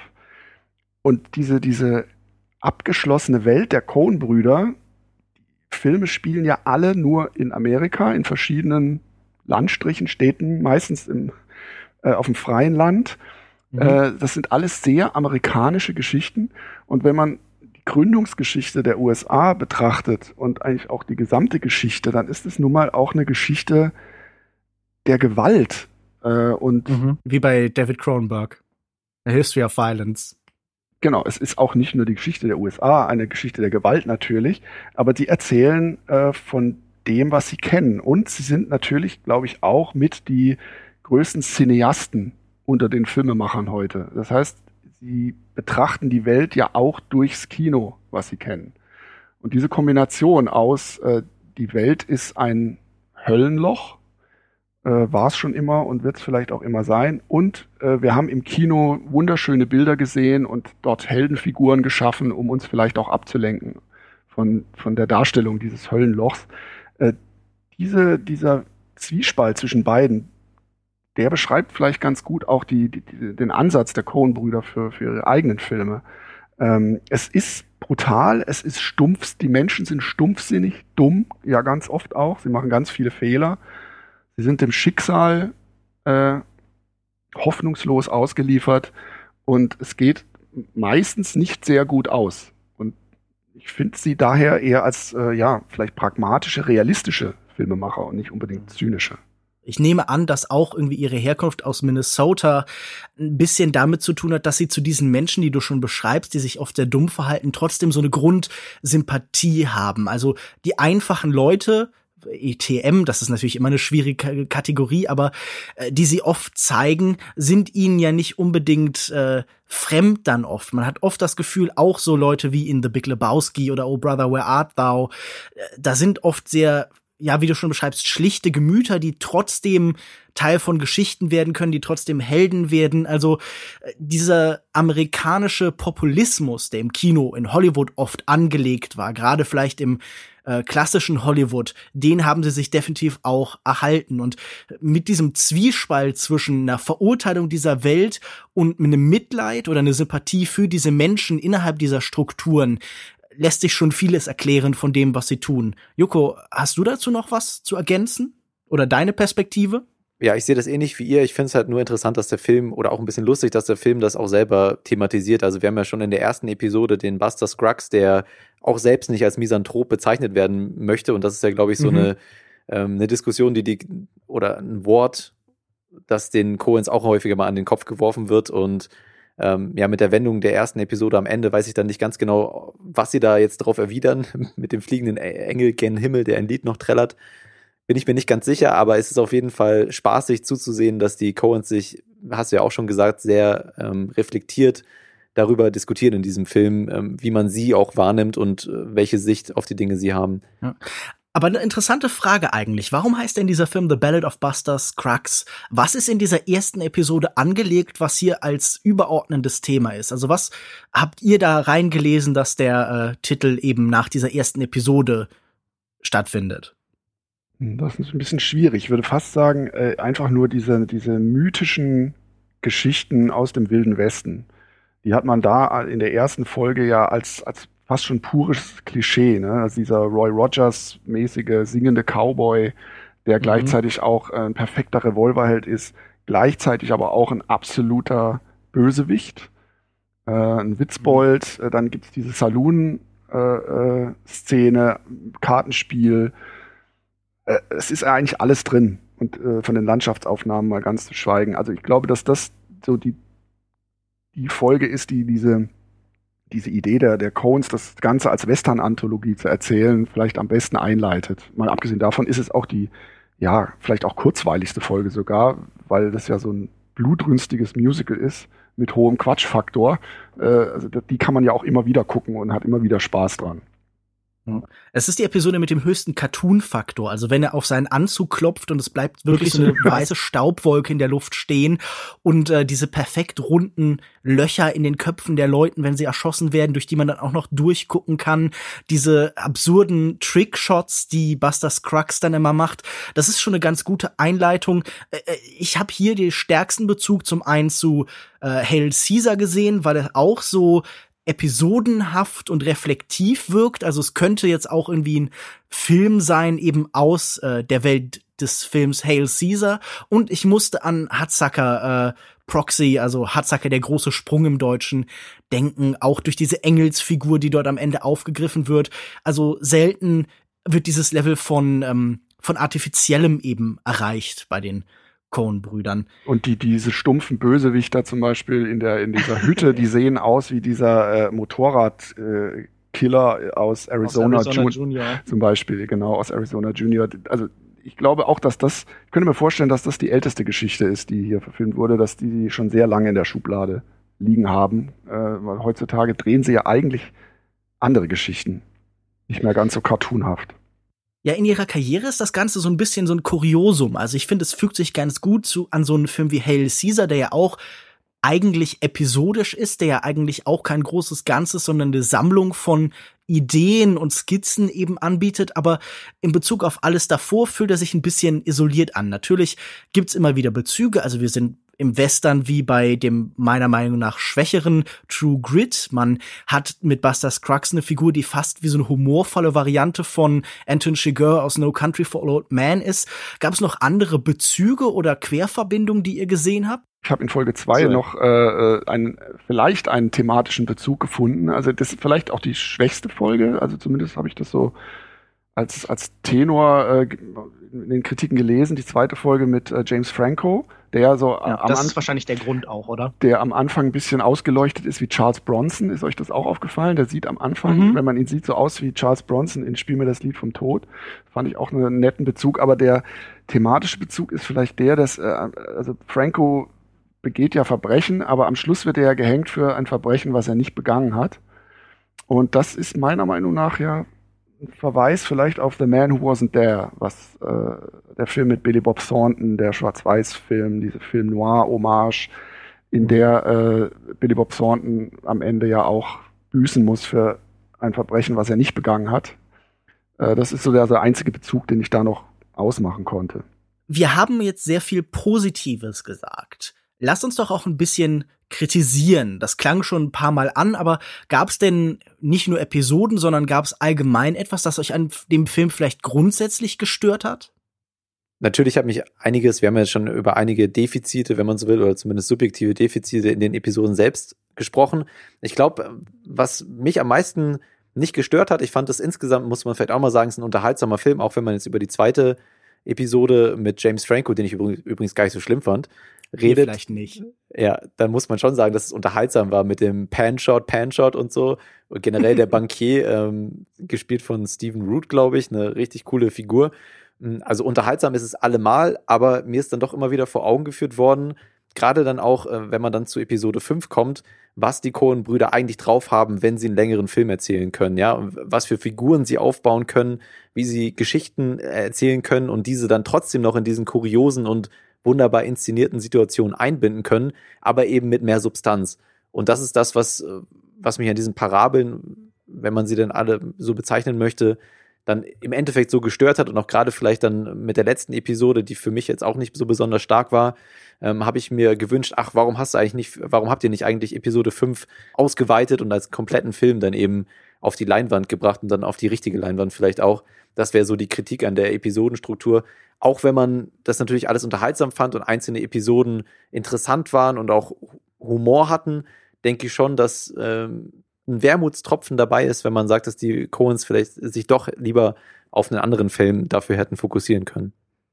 Und diese, diese abgeschlossene Welt der Coen-Brüder, Filme spielen ja alle nur in Amerika, in verschiedenen Landstrichen, Städten, meistens im, äh, auf dem freien Land. Mhm. Äh, das sind alles sehr amerikanische Geschichten. Und wenn man die Gründungsgeschichte der U S A betrachtet und eigentlich auch die gesamte Geschichte, dann ist es nun mal auch eine Geschichte der Gewalt. Äh, und mhm. Wie bei David Cronenberg, A History of Violence. Genau, es ist auch nicht nur die Geschichte der U S A, eine Geschichte der Gewalt natürlich, aber die erzählen äh, von dem, was sie kennen. Und sie sind natürlich, glaube ich, auch mit die größten Cineasten unter den Filmemachern heute. Das heißt, sie betrachten die Welt ja auch durchs Kino, was sie kennen. Und diese Kombination aus, äh, die Welt ist ein Höllenloch, äh, war es schon immer und wird es vielleicht auch immer sein. Und äh, wir haben im Kino wunderschöne Bilder gesehen und dort Heldenfiguren geschaffen, um uns vielleicht auch abzulenken von, von der Darstellung dieses Höllenlochs. Äh, diese, dieser Zwiespalt zwischen beiden, der beschreibt vielleicht ganz gut auch die, die, den Ansatz der Coen-Brüder für, für ihre eigenen Filme. Ähm, es ist brutal, es ist stumpf, die Menschen sind stumpfsinnig, dumm, ja ganz oft auch, sie machen ganz viele Fehler. Sie sind dem Schicksal äh, hoffnungslos ausgeliefert und es geht meistens nicht sehr gut aus. Und ich finde sie daher eher als äh, ja vielleicht pragmatische, realistische Filmemacher und nicht unbedingt zynische. Ich nehme an, dass auch irgendwie ihre Herkunft aus Minnesota ein bisschen damit zu tun hat, dass sie zu diesen Menschen, die du schon beschreibst, die sich oft sehr dumm verhalten, trotzdem so eine Grundsympathie haben. Also die einfachen Leute, E T M, das ist natürlich immer eine schwierige Kategorie, aber äh, die sie oft zeigen, sind ihnen ja nicht unbedingt äh, fremd dann oft. Man hat oft das Gefühl, auch so Leute wie in The Big Lebowski oder Oh Brother, Where Art Thou, äh, da sind oft sehr, ja, wie du schon beschreibst, schlichte Gemüter, die trotzdem Teil von Geschichten werden können, die trotzdem Helden werden. Also äh, dieser amerikanische Populismus, der im Kino in Hollywood oft angelegt war, gerade vielleicht im äh, klassischen Hollywood, den haben sie sich definitiv auch erhalten. Und mit diesem Zwiespalt zwischen einer Verurteilung dieser Welt und einem Mitleid oder eine Sympathie für diese Menschen innerhalb dieser Strukturen lässt sich schon vieles erklären von dem, was sie tun. Joko, hast du dazu noch was zu ergänzen? Oder deine Perspektive? Ja, ich sehe das ähnlich wie ihr. Ich finde es halt nur interessant, dass der Film, oder auch ein bisschen lustig, dass der Film das auch selber thematisiert. Also wir haben ja schon in der ersten Episode den Buster Scruggs, der auch selbst nicht als Misanthrop bezeichnet werden möchte. Und das ist ja, glaube ich, so mhm. eine, ähm, eine Diskussion, die die, oder ein Wort, das den Coens auch häufiger mal an den Kopf geworfen wird. Und ähm, ja, mit der Wendung der ersten Episode am Ende weiß ich dann nicht ganz genau, was sie da jetzt drauf erwidern, mit dem fliegenden Engel gen Himmel, der ein Lied noch trällert. Bin ich mir nicht ganz sicher, aber es ist auf jeden Fall spaßig zuzusehen, dass die Coens sich, hast du ja auch schon gesagt, sehr ähm, reflektiert darüber diskutieren in diesem Film, ähm, wie man sie auch wahrnimmt und äh, welche Sicht auf die Dinge sie haben. Ja. Aber eine interessante Frage eigentlich. Warum heißt denn dieser Film The Ballad of Buster Scruggs? Was ist in dieser ersten Episode angelegt, was hier als überordnendes Thema ist? Also was habt ihr da reingelesen, dass der äh, Titel eben nach dieser ersten Episode stattfindet? Das ist ein bisschen schwierig. Ich würde fast sagen, äh, einfach nur diese, diese mythischen Geschichten aus dem Wilden Westen. Die hat man da in der ersten Folge ja als, als fast schon pures Klischee, ne? Also dieser Roy Rogers-mäßige singende Cowboy, der mhm. gleichzeitig auch ein perfekter Revolverheld ist, gleichzeitig aber auch ein absoluter Bösewicht, äh, ein Witzbold. Mhm. Dann gibt's diese Saloon-Szene, äh, Kartenspiel. Es ist eigentlich alles drin und äh, von den Landschaftsaufnahmen mal ganz zu schweigen. Also ich glaube, dass das so die, die Folge ist, die diese, diese Idee der, der Coens, das Ganze als Western-Anthologie zu erzählen, vielleicht am besten einleitet. Mal abgesehen davon ist es auch die, ja, vielleicht auch kurzweiligste Folge sogar, weil das ja so ein blutrünstiges Musical ist mit hohem Quatschfaktor. Äh, also die kann man ja auch immer wieder gucken und hat immer wieder Spaß dran. Es ist die Episode mit dem höchsten Cartoon-Faktor. Also wenn er auf seinen Anzug klopft und es bleibt wirklich so eine weiße Staubwolke in der Luft stehen und äh, diese perfekt runden Löcher in den Köpfen der Leuten, wenn sie erschossen werden, durch die man dann auch noch durchgucken kann. Diese absurden Trickshots, die Buster Scruggs dann immer macht. Das ist schon eine ganz gute Einleitung. Äh, ich habe hier den stärksten Bezug zum einen zu äh, Hail Caesar gesehen, weil er auch so episodenhaft und reflektiv wirkt. Also es könnte jetzt auch irgendwie ein Film sein, eben aus äh, der Welt des Films Hail Caesar. Und ich musste an Hudsucker äh, Proxy, also Hudsucker, der große Sprung im Deutschen, denken. Auch durch diese Engelsfigur, die dort am Ende aufgegriffen wird. Also selten wird dieses Level von, ähm, von Artifiziellem eben erreicht bei den Coen-Brüdern. Und die, diese stumpfen Bösewichter zum Beispiel in der, in dieser Hütte, die sehen aus wie dieser äh, Motorradkiller äh, aus Arizona, aus Arizona Ju- Junior. Zum Beispiel, genau, aus Arizona Junior. Also, ich glaube auch, dass das, ich könnte mir vorstellen, dass das die älteste Geschichte ist, die hier verfilmt wurde, dass die schon sehr lange in der Schublade liegen haben. Äh, weil heutzutage drehen sie ja eigentlich andere Geschichten. Nicht mehr ganz so cartoonhaft. Ja, in ihrer Karriere ist das Ganze so ein bisschen so ein Kuriosum. Also ich finde, es fügt sich ganz gut zu an so einen Film wie Hail Caesar, der ja auch eigentlich episodisch ist, der ja eigentlich auch kein großes Ganzes, sondern eine Sammlung von Ideen und Skizzen eben anbietet. Aber in Bezug auf alles davor fühlt er sich ein bisschen isoliert an. Natürlich gibt's immer wieder Bezüge. Also wir sind im Western wie bei dem meiner Meinung nach schwächeren True Grit. Man hat mit Buster Scruggs eine Figur, die fast wie so eine humorvolle Variante von Anton Chigurh aus No Country for Old Men ist. Gab es noch andere Bezüge oder Querverbindungen, die ihr gesehen habt? Ich habe in Folge zwei so. noch äh, einen, vielleicht einen thematischen Bezug gefunden. Also das ist vielleicht auch die schwächste Folge. Also zumindest habe ich das so als, als Tenor äh, in den Kritiken gelesen. Die zweite Folge mit äh, James Franco, der so ja, am Das An- ist wahrscheinlich der Grund auch, oder? Der am Anfang ein bisschen ausgeleuchtet ist wie Charles Bronson. Ist euch das auch aufgefallen? Der sieht am Anfang, mhm. wenn man ihn sieht, so aus wie Charles Bronson in Spiel mir das Lied vom Tod. Fand ich auch einen netten Bezug. Aber der thematische Bezug ist vielleicht der, dass äh, also Franco begeht ja Verbrechen, aber am Schluss wird er ja gehängt für ein Verbrechen, was er nicht begangen hat. Und das ist meiner Meinung nach ja ein Verweis vielleicht auf The Man Who Wasn't There, was äh, der Film mit Billy Bob Thornton, der Schwarz-Weiß-Film, diese Film-Noir-Hommage, in der äh, Billy Bob Thornton am Ende ja auch büßen muss für ein Verbrechen, was er nicht begangen hat. Äh, das ist so der, der einzige Bezug, den ich da noch ausmachen konnte. Wir haben jetzt sehr viel Positives gesagt. Lasst uns doch auch ein bisschen kritisieren. Das klang schon ein paar Mal an, aber gab es denn nicht nur Episoden, sondern gab es allgemein etwas, das euch an dem Film vielleicht grundsätzlich gestört hat? Natürlich hat mich einiges, wir haben ja schon über einige Defizite, wenn man so will, oder zumindest subjektive Defizite in den Episoden selbst gesprochen. Ich glaube, was mich am meisten nicht gestört hat, ich fand das insgesamt, muss man vielleicht auch mal sagen, ist ein unterhaltsamer Film, auch wenn man jetzt über die zweite Episode mit James Franco, den ich übrigens gar nicht so schlimm fand, redet. Nee, vielleicht nicht. Ja, dann muss man schon sagen, dass es unterhaltsam war mit dem Pan-Shot, Pan-Shot und so. Und generell der Bankier, ähm, gespielt von Stephen Root, glaube ich, eine richtig coole Figur. Also unterhaltsam ist es allemal, aber mir ist dann doch immer wieder vor Augen geführt worden, gerade dann auch, wenn man dann zu Episode fünf kommt, was die Coen-Brüder eigentlich drauf haben, wenn sie einen längeren Film erzählen können, ja, und was für Figuren sie aufbauen können, wie sie Geschichten erzählen können und diese dann trotzdem noch in diesen kuriosen und wunderbar inszenierten Situationen einbinden können, aber eben mit mehr Substanz. Und das ist das, was, was mich an diesen Parabeln, wenn man sie denn alle so bezeichnen möchte, dann im Endeffekt so gestört hat und auch gerade vielleicht dann mit der letzten Episode, die für mich jetzt auch nicht so besonders stark war, ähm, habe ich mir gewünscht, ach, warum hast du eigentlich nicht, warum habt ihr nicht eigentlich Episode fünf ausgeweitet und als kompletten Film dann eben auf die Leinwand gebracht und dann auf die richtige Leinwand vielleicht auch. Das wäre so die Kritik an der Episodenstruktur. Auch wenn man das natürlich alles unterhaltsam fand und einzelne Episoden interessant waren und auch Humor hatten, denke ich schon, dass ähm, ein Wermutstropfen dabei ist, wenn man sagt, dass die Coens vielleicht sich doch lieber auf einen anderen Film dafür hätten fokussieren können.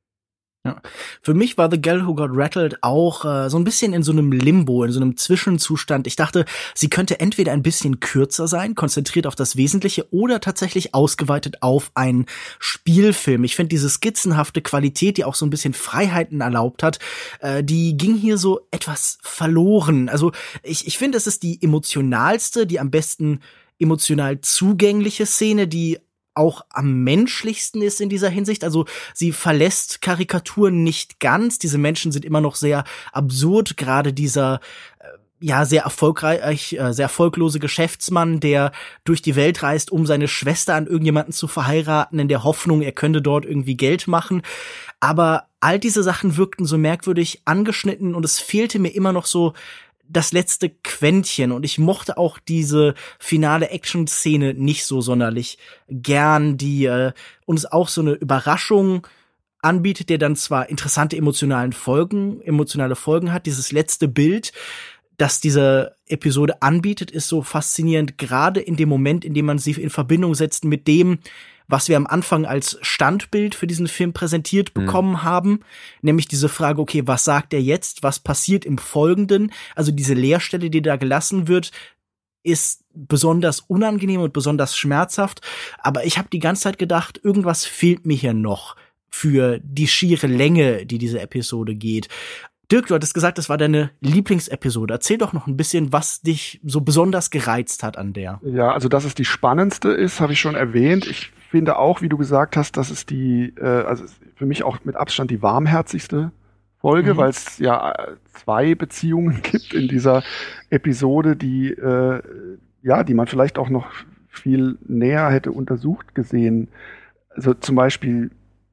Ja. Für mich war The Girl Who Got Rattled auch äh, so ein bisschen in so einem Limbo, in so einem Zwischenzustand. Ich dachte, sie könnte entweder ein bisschen kürzer sein, konzentriert auf das Wesentliche, oder tatsächlich ausgeweitet auf einen Spielfilm. Ich finde diese skizzenhafte Qualität, die auch so ein bisschen Freiheiten erlaubt hat, äh, die ging hier so etwas verloren. Also ich, ich finde, es ist die emotionalste, die am besten emotional zugängliche Szene, die auch am menschlichsten ist in dieser Hinsicht. Also sie verlässt Karikaturen nicht ganz. Diese Menschen sind immer noch sehr absurd. Gerade dieser äh, ja sehr erfolgreich, äh, sehr erfolglose Geschäftsmann, der durch die Welt reist, um seine Schwester an irgendjemanden zu verheiraten, in der Hoffnung, er könnte dort irgendwie Geld machen. Aber all diese Sachen wirkten so merkwürdig angeschnitten und es fehlte mir immer noch so das letzte Quäntchen, und ich mochte auch diese finale Action-Szene nicht so sonderlich gern, die äh, uns auch so eine Überraschung anbietet, der dann zwar interessante emotionalen Folgen, emotionale Folgen hat. Dieses letzte Bild, das diese Episode anbietet, ist so faszinierend, gerade in dem Moment, in dem man sie in Verbindung setzt mit dem, was wir am Anfang als Standbild für diesen Film präsentiert bekommen mhm. haben, nämlich diese Frage, okay, was sagt er jetzt, was passiert im Folgenden? Also diese Leerstelle, die da gelassen wird, ist besonders unangenehm und besonders schmerzhaft, aber ich habe die ganze Zeit gedacht, irgendwas fehlt mir hier noch für die schiere Länge, die diese Episode geht. Dirk, du hattest gesagt, das war deine Lieblingsepisode. Erzähl doch noch ein bisschen, was dich so besonders gereizt hat an der. Ja, also dass es die spannendste ist, habe ich schon erwähnt. Ich finde auch, wie du gesagt hast, dass es die, äh, also für mich auch mit Abstand die warmherzigste Folge, mhm. weil es ja zwei Beziehungen gibt in dieser Episode, die äh, ja, die man vielleicht auch noch viel näher hätte untersucht gesehen. Also zum Beispiel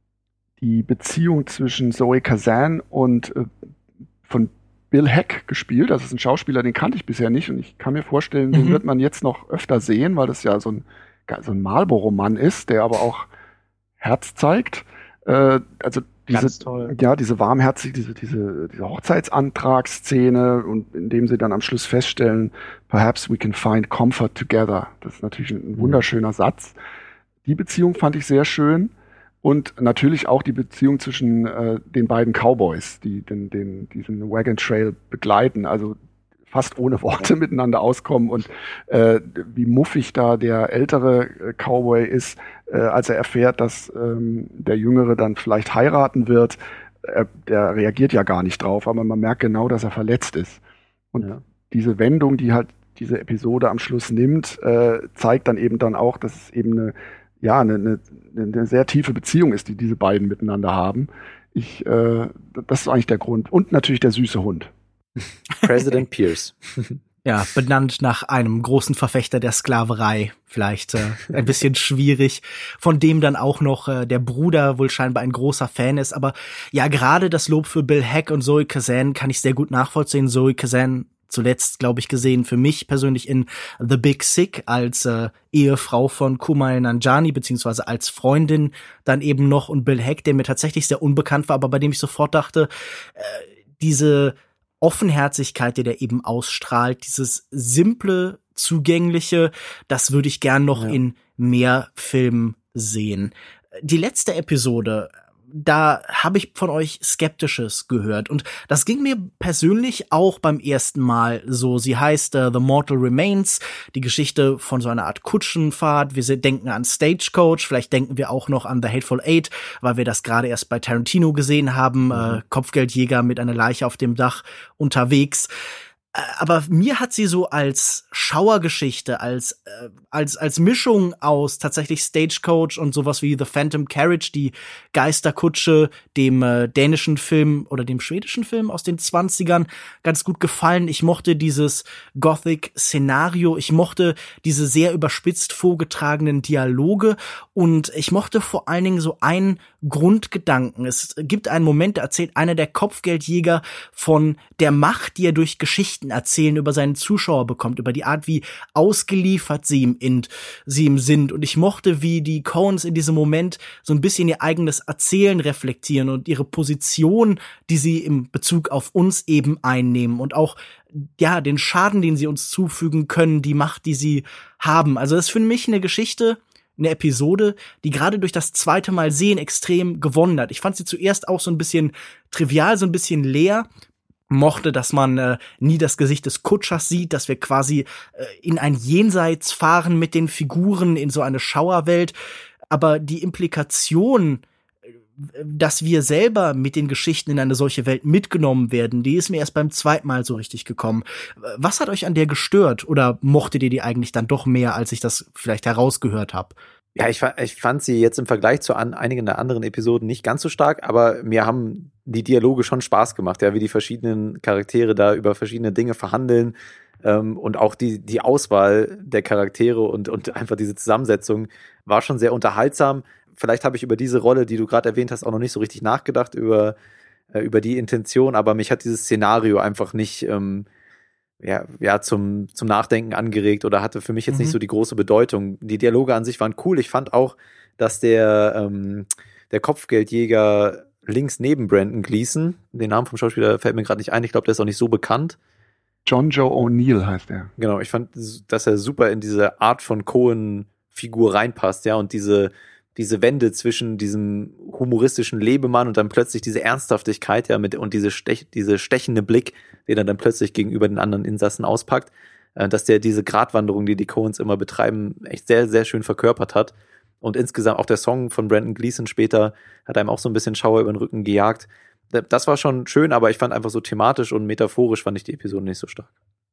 die Beziehung zwischen Zoe Kazan und äh, von Bill Heck gespielt. Das ist ein Schauspieler, den kannte ich bisher nicht, und ich kann mir vorstellen, mhm. den wird man jetzt noch öfter sehen, weil das ja so ein, so ein Marlboro-Mann ist, der aber auch Herz zeigt. Äh, also diese, ja, diese warmherzige, diese, diese, diese Hochzeitsantragsszene, und indem sie dann am Schluss feststellen, perhaps we can find comfort together. Das ist natürlich ein, ein wunderschöner Satz. Die Beziehung fand ich sehr schön. Und natürlich auch die Beziehung zwischen äh, den beiden Cowboys, die den, den, diesen Wagon Trail begleiten, also fast ohne Worte miteinander auskommen, und äh, wie muffig da der ältere äh, Cowboy ist, äh, als er erfährt, dass ähm, der Jüngere dann vielleicht heiraten wird. Er, der reagiert ja gar nicht drauf, aber man merkt genau, dass er verletzt ist. Und ja. diese Wendung, die halt diese Episode am Schluss nimmt, äh, zeigt dann eben dann auch, dass es eben eine ja, eine, eine, eine sehr tiefe Beziehung ist, die diese beiden miteinander haben. Ich, äh, das ist eigentlich der Grund. Und natürlich der süße Hund. President Pierce. Ja, benannt nach einem großen Verfechter der Sklaverei. Vielleicht äh, ein bisschen schwierig, von dem dann auch noch äh, der Bruder wohl scheinbar ein großer Fan ist. Aber ja, gerade das Lob für Bill Heck und Zoe Kazan kann ich sehr gut nachvollziehen. Zoe Kazan zuletzt, glaube ich, gesehen für mich persönlich in The Big Sick als äh, Ehefrau von Kumail Nanjiani, beziehungsweise als Freundin dann eben noch. Und Bill Heck, der mir tatsächlich sehr unbekannt war, aber bei dem ich sofort dachte, äh, diese Offenherzigkeit, die der eben ausstrahlt, dieses simple, zugängliche, das würde ich gern noch ja. in mehr Filmen sehen. Die letzte Episode, da habe ich von euch Skeptisches gehört und das ging mir persönlich auch beim ersten Mal so. Sie heißt uh, The Mortal Remains, die Geschichte von so einer Art Kutschenfahrt. Wir denken an Stagecoach, vielleicht denken wir auch noch an The Hateful Eight, weil wir das gerade erst bei Tarantino gesehen haben, mhm. äh, Kopfgeldjäger mit einer Leiche auf dem Dach unterwegs. Aber mir hat sie so als Schauergeschichte, als äh, als als Mischung aus tatsächlich Stagecoach und sowas wie The Phantom Carriage, die Geisterkutsche, dem äh, dänischen Film oder dem schwedischen Film aus den zwanzigern ganz gut gefallen. Ich mochte dieses Gothic-Szenario, ich mochte diese sehr überspitzt vorgetragenen Dialoge und ich mochte vor allen Dingen so einen Grundgedanken. Es gibt einen Moment, da erzählt einer der Kopfgeldjäger von der Macht, die er durch Geschichten erzählen über seinen Zuschauer bekommt, über die Art, wie ausgeliefert sie ihm, in, sie ihm sind. Und ich mochte, wie die Coens in diesem Moment so ein bisschen ihr eigenes Erzählen reflektieren und ihre Position, die sie im Bezug auf uns eben einnehmen und auch ja den Schaden, den sie uns zufügen können, die Macht, die sie haben. Also das ist für mich eine Geschichte, eine Episode, die gerade durch das zweite Mal sehen extrem gewonnen hat. Ich fand sie zuerst auch so ein bisschen trivial, so ein bisschen leer, mochte, dass man äh, nie das Gesicht des Kutschers sieht, dass wir quasi äh, in ein Jenseits fahren mit den Figuren, in so eine Schauerwelt. Aber die Implikation, dass wir selber mit den Geschichten in eine solche Welt mitgenommen werden, die ist mir erst beim zweiten Mal so richtig gekommen. Was hat euch an der gestört? Oder mochtet ihr die eigentlich dann doch mehr, als ich das vielleicht herausgehört habe? Ja, ich, ich fand sie jetzt im Vergleich zu an, einigen der anderen Episoden nicht ganz so stark, aber mir haben die Dialoge schon Spaß gemacht, ja, wie die verschiedenen Charaktere da über verschiedene Dinge verhandeln ähm, und auch die, die Auswahl der Charaktere und, und einfach diese Zusammensetzung war schon sehr unterhaltsam. Vielleicht habe ich über diese Rolle, die du gerade erwähnt hast, auch noch nicht so richtig nachgedacht, über, äh, über die Intention, aber mich hat dieses Szenario einfach nicht ähm, ja, ja, zum, zum Nachdenken angeregt oder hatte für mich jetzt mhm. nicht so die große Bedeutung. Die Dialoge an sich waren cool. Ich fand auch, dass der, ähm, der Kopfgeldjäger links neben Brandon Gleeson, den Namen vom Schauspieler fällt mir gerade nicht ein, ich glaube, der ist auch nicht so bekannt. John Joe O'Neill heißt er. Genau, ich fand, dass er super in diese Art von Coen-Figur reinpasst, ja, und diese diese Wende zwischen diesem humoristischen Lebemann und dann plötzlich diese Ernsthaftigkeit, ja, mit und diese stech, diese stechende Blick, den er dann plötzlich gegenüber den anderen Insassen auspackt, äh, dass der diese Gratwanderung, die die Coens immer betreiben, echt sehr, sehr schön verkörpert hat. Und insgesamt auch der Song von Brandon Gleeson später hat einem auch so ein bisschen Schauer über den Rücken gejagt. Das war schon schön, aber ich fand einfach so thematisch und metaphorisch fand ich die Episode nicht so stark.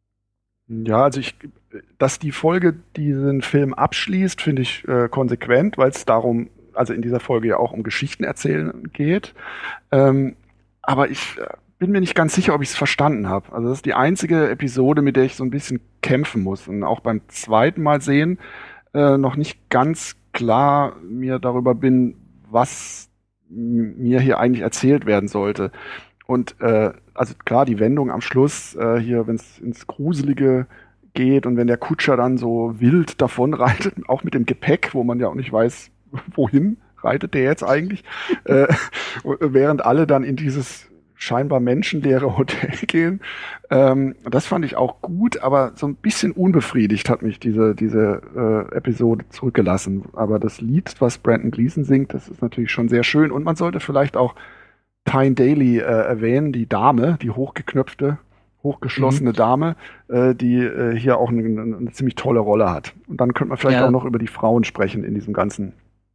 Ja, also ich, dass die Folge diesen Film abschließt, finde ich äh, konsequent, weil es darum, also in dieser Folge ja auch um Geschichten erzählen geht. Ähm, aber ich äh, bin mir nicht ganz sicher, ob ich es verstanden habe. Also das ist die einzige Episode, mit der ich so ein bisschen kämpfen muss und auch beim zweiten Mal sehen äh, noch nicht ganz klar mir darüber bin, was m- mir hier eigentlich erzählt werden sollte. Und äh, also klar, die Wendung am Schluss, äh, hier, wenn es ins Gruselige geht und wenn der Kutscher dann so wild davon reitet, auch mit dem Gepäck, wo man ja auch nicht weiß, wohin reitet der jetzt eigentlich, äh, während alle dann in dieses scheinbar menschenleere Hotel gehen. Ähm, das fand ich auch gut, aber so ein bisschen unbefriedigt hat mich diese, diese äh, Episode zurückgelassen. Aber das Lied, was Brandon Gleeson singt, das ist natürlich schon sehr schön und man sollte vielleicht auch Tyne Daly äh, erwähnen, die Dame, die hochgeknöpfte, hochgeschlossene mhm. Dame, äh, die äh, hier auch eine, eine ziemlich tolle Rolle hat. Und dann könnte man vielleicht ja. auch noch über die Frauen sprechen in diesem ganzen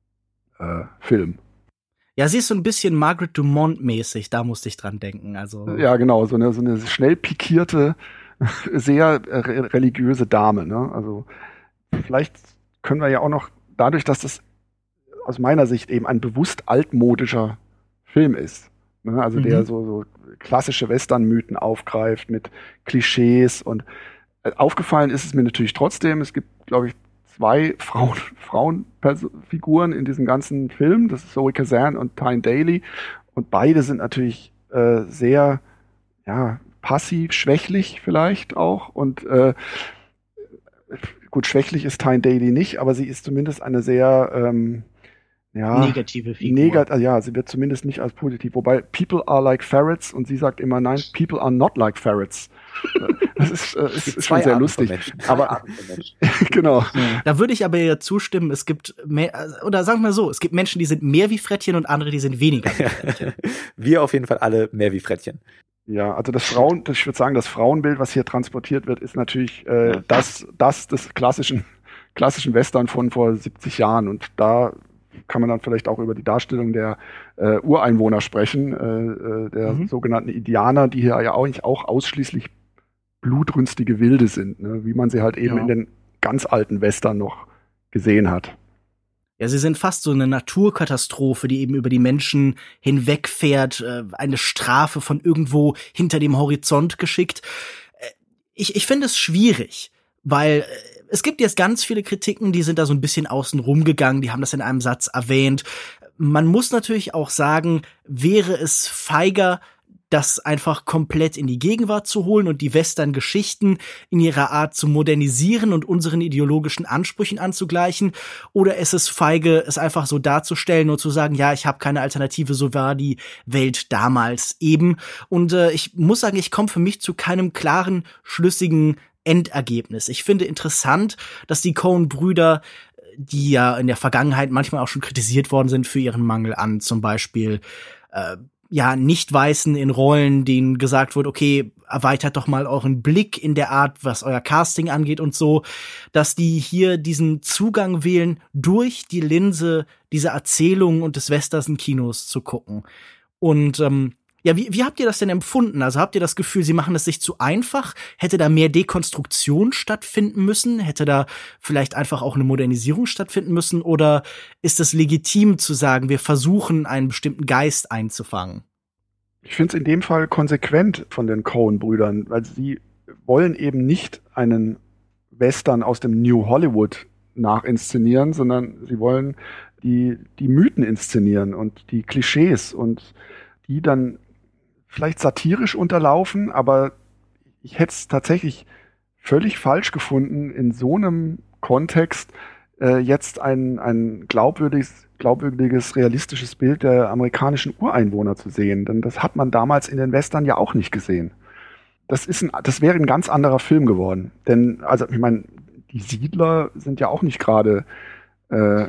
äh, Film. Ja, sie ist so ein bisschen Margaret Dumont-mäßig, da musste ich dran denken. Also ja, genau, so eine, so eine schnell pikierte, sehr re- religiöse Dame. Ne? Also vielleicht können wir ja auch noch, dadurch, dass das aus meiner Sicht eben ein bewusst altmodischer Film ist, ne, also mhm. der so, so klassische Western-Mythen aufgreift mit Klischees und Aufgefallen ist es mir natürlich trotzdem, es gibt, glaube ich, zwei Frauen, Frauenfiguren in diesem ganzen Film, das ist Zoe Kazan und Tyne Daly, und beide sind natürlich äh, sehr, ja, passiv, schwächlich vielleicht auch, und äh, gut, schwächlich ist Tyne Daly nicht, aber sie ist zumindest eine sehr ähm, ja, negative Figur. Negat- ja, sie wird zumindest nicht als positiv. Wobei, people are like ferrets, und sie sagt immer, nein, people are not like ferrets. Das ist, äh, ist, ist schon sehr lustig. Aber genau. Da würde ich aber ja zustimmen, es gibt mehr, oder sagen wir mal so, es gibt Menschen, die sind mehr wie Frettchen und andere, die sind weniger wie Frettchen. Wir auf jeden Fall alle mehr wie Frettchen. Ja, also das Frauen, ich würde sagen, das Frauenbild, was hier transportiert wird, ist natürlich äh, ja. das, das des klassischen, klassischen Western von vor siebzig Jahren. Und da kann man dann vielleicht auch über die Darstellung der äh, Ureinwohner sprechen, äh, der mhm. sogenannten Indianer, die hier ja auch nicht auch ausschließlich blutrünstige Wilde sind, ne? Wie man sie halt eben ja. in den ganz alten Western noch gesehen hat. Ja, sie sind fast so eine Naturkatastrophe, die eben über die Menschen hinwegfährt, äh, eine Strafe von irgendwo hinter dem Horizont geschickt. Äh, ich ich finde es schwierig, weil äh, es gibt jetzt ganz viele Kritiken, die sind da so ein bisschen außen rumgegangen, die haben das in einem Satz erwähnt. Man muss natürlich auch sagen, wäre es feiger, das einfach komplett in die Gegenwart zu holen und die Western-Geschichten in ihrer Art zu modernisieren und unseren ideologischen Ansprüchen anzugleichen? Oder ist es feige, es einfach so darzustellen und zu sagen, ja, ich habe keine Alternative, so war die Welt damals eben. Und äh, ich muss sagen, ich komme für mich zu keinem klaren, schlüssigen Endergebnis. Ich finde interessant, dass die Coen-Brüder, die ja in der Vergangenheit manchmal auch schon kritisiert worden sind für ihren Mangel an zum Beispiel äh, ja, Nicht-Weißen in Rollen, denen gesagt wird, okay, erweitert doch mal euren Blick in der Art, was euer Casting angeht und so, dass die hier diesen Zugang wählen, durch die Linse dieser Erzählungen und des Western-Kinos zu gucken. Und ähm, ja, wie, wie habt ihr das denn empfunden? Also habt ihr das Gefühl, sie machen es sich zu einfach? Hätte da mehr Dekonstruktion stattfinden müssen? Hätte da vielleicht einfach auch eine Modernisierung stattfinden müssen? Oder ist es legitim zu sagen, wir versuchen, einen bestimmten Geist einzufangen? Ich finde es in dem Fall konsequent von den Coen-Brüdern, weil sie wollen eben nicht einen Western aus dem New Hollywood nachinszenieren, sondern sie wollen die, die Mythen inszenieren und die Klischees und die dann vielleicht satirisch unterlaufen, aber ich hätte es tatsächlich völlig falsch gefunden, in so einem Kontext äh, jetzt ein, ein glaubwürdiges, glaubwürdiges, realistisches Bild der amerikanischen Ureinwohner zu sehen. Denn das hat man damals in den Western ja auch nicht gesehen. Das ist ein, das wäre ein ganz anderer Film geworden. Denn, also ich meine, die Siedler sind ja auch nicht gerade äh,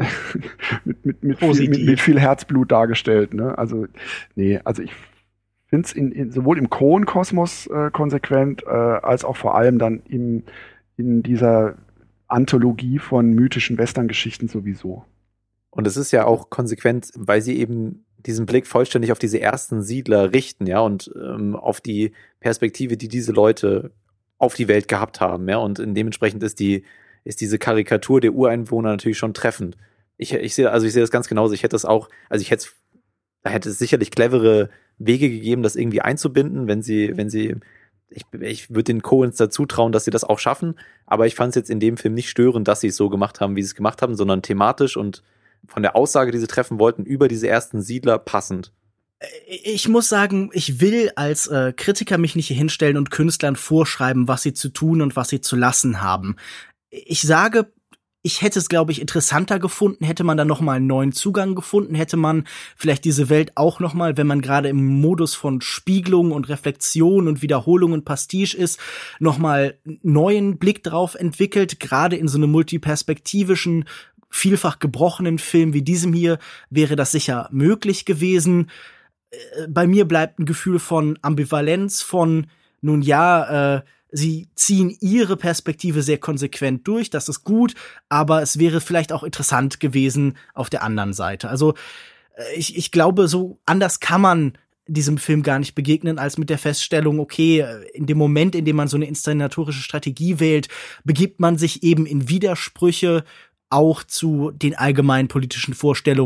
mit, mit, mit, viel, mit, mit viel Herzblut dargestellt. Ne? Also, nee, also ich finde es in, in, sowohl im Coen-Kosmos äh, konsequent, äh, als auch vor allem dann im, in dieser Anthologie von mythischen Western-Geschichten sowieso. Und es ist ja auch konsequent, weil sie eben diesen Blick vollständig auf diese ersten Siedler richten, ja, und ähm, auf die Perspektive, die diese Leute auf die Welt gehabt haben, ja, und dementsprechend ist die ist diese Karikatur der Ureinwohner natürlich schon treffend. Ich, ich sehe, also ich sehe das ganz genauso. Ich hätte das auch, also ich hätte, da hätte es sicherlich clevere Wege gegeben, das irgendwie einzubinden, wenn sie, wenn sie, ich, ich würde den Coens dazu trauen, dass sie das auch schaffen. Aber ich fand es jetzt in dem Film nicht störend, dass sie es so gemacht haben, wie sie es gemacht haben, sondern thematisch und von der Aussage, die sie treffen wollten, über diese ersten Siedler passend. Ich muss sagen, ich will als äh, Kritiker mich nicht hier hinstellen und Künstlern vorschreiben, was sie zu tun und was sie zu lassen haben. Ich sage, ich hätte es, glaube ich, interessanter gefunden, hätte man da noch mal einen neuen Zugang gefunden, hätte man vielleicht diese Welt auch noch mal, wenn man gerade im Modus von Spiegelung und Reflexion und Wiederholung und Pastiche ist, noch mal neuen Blick drauf entwickelt. Gerade in so einem multiperspektivischen, vielfach gebrochenen Film wie diesem hier wäre das sicher möglich gewesen. Bei mir bleibt ein Gefühl von Ambivalenz, von, nun ja, äh, sie ziehen ihre Perspektive sehr konsequent durch, das ist gut, aber es wäre vielleicht auch interessant gewesen auf der anderen Seite. Also ich, ich glaube, so anders kann man diesem Film gar nicht begegnen, als mit der Feststellung, okay, in dem Moment, in dem man so eine inszenatorische Strategie wählt, begibt man sich eben in Widersprüche auch zu den allgemeinen politischen Vorstellungen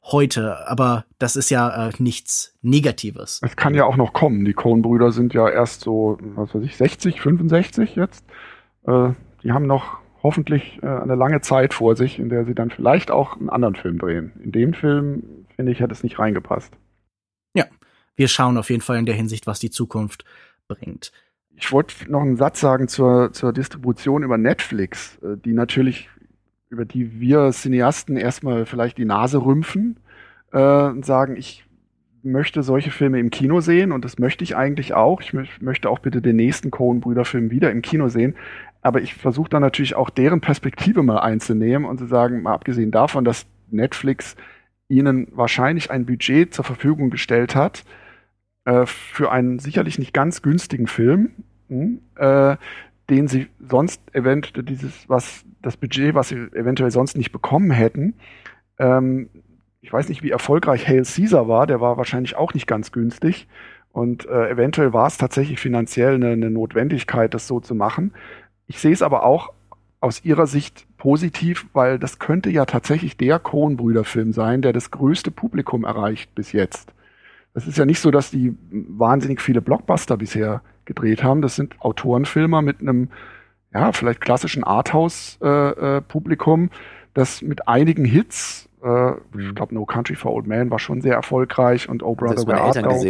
heute. Aber das ist ja äh, nichts Negatives. Es kann ja auch noch kommen. Die Coen-Brüder sind ja erst so, was weiß ich, sechzig, fünfundsechzig jetzt. Äh, die haben noch hoffentlich äh, eine lange Zeit vor sich, in der sie dann vielleicht auch einen anderen Film drehen. In dem Film, finde ich, hat es nicht reingepasst. Ja, wir schauen auf jeden Fall in der Hinsicht, was die Zukunft bringt. Ich wollte noch einen Satz sagen zur, zur Distribution über Netflix, äh, die natürlich, über die wir Cineasten erstmal vielleicht die Nase rümpfen äh, und sagen, ich möchte solche Filme im Kino sehen und das möchte ich eigentlich auch. Ich mö- möchte auch bitte den nächsten Coen-Brüder-Film wieder im Kino sehen. Aber ich versuche dann natürlich auch deren Perspektive mal einzunehmen und zu sagen, mal abgesehen davon, dass Netflix ihnen wahrscheinlich ein Budget zur Verfügung gestellt hat äh, für einen sicherlich nicht ganz günstigen Film, mh, äh, den sie sonst eventuell dieses, was das Budget, was sie eventuell sonst nicht bekommen hätten. Ähm, ich weiß nicht, wie erfolgreich Hail Caesar war, der war wahrscheinlich auch nicht ganz günstig. Und äh, eventuell war es tatsächlich finanziell eine, eine Notwendigkeit, das so zu machen. Ich sehe es aber auch aus ihrer Sicht positiv, weil das könnte ja tatsächlich der Coen-Brüder-Film sein, der das größte Publikum erreicht bis jetzt. Es ist ja nicht so, dass die wahnsinnig viele Blockbuster bisher gedreht haben. Das sind Autorenfilmer mit einem, ja, vielleicht klassischen Arthouse-Publikum, äh, äh, das mit einigen Hits, äh, ich glaube, No Country for Old Men war schon sehr erfolgreich und Oh Brother, Where Art Thou?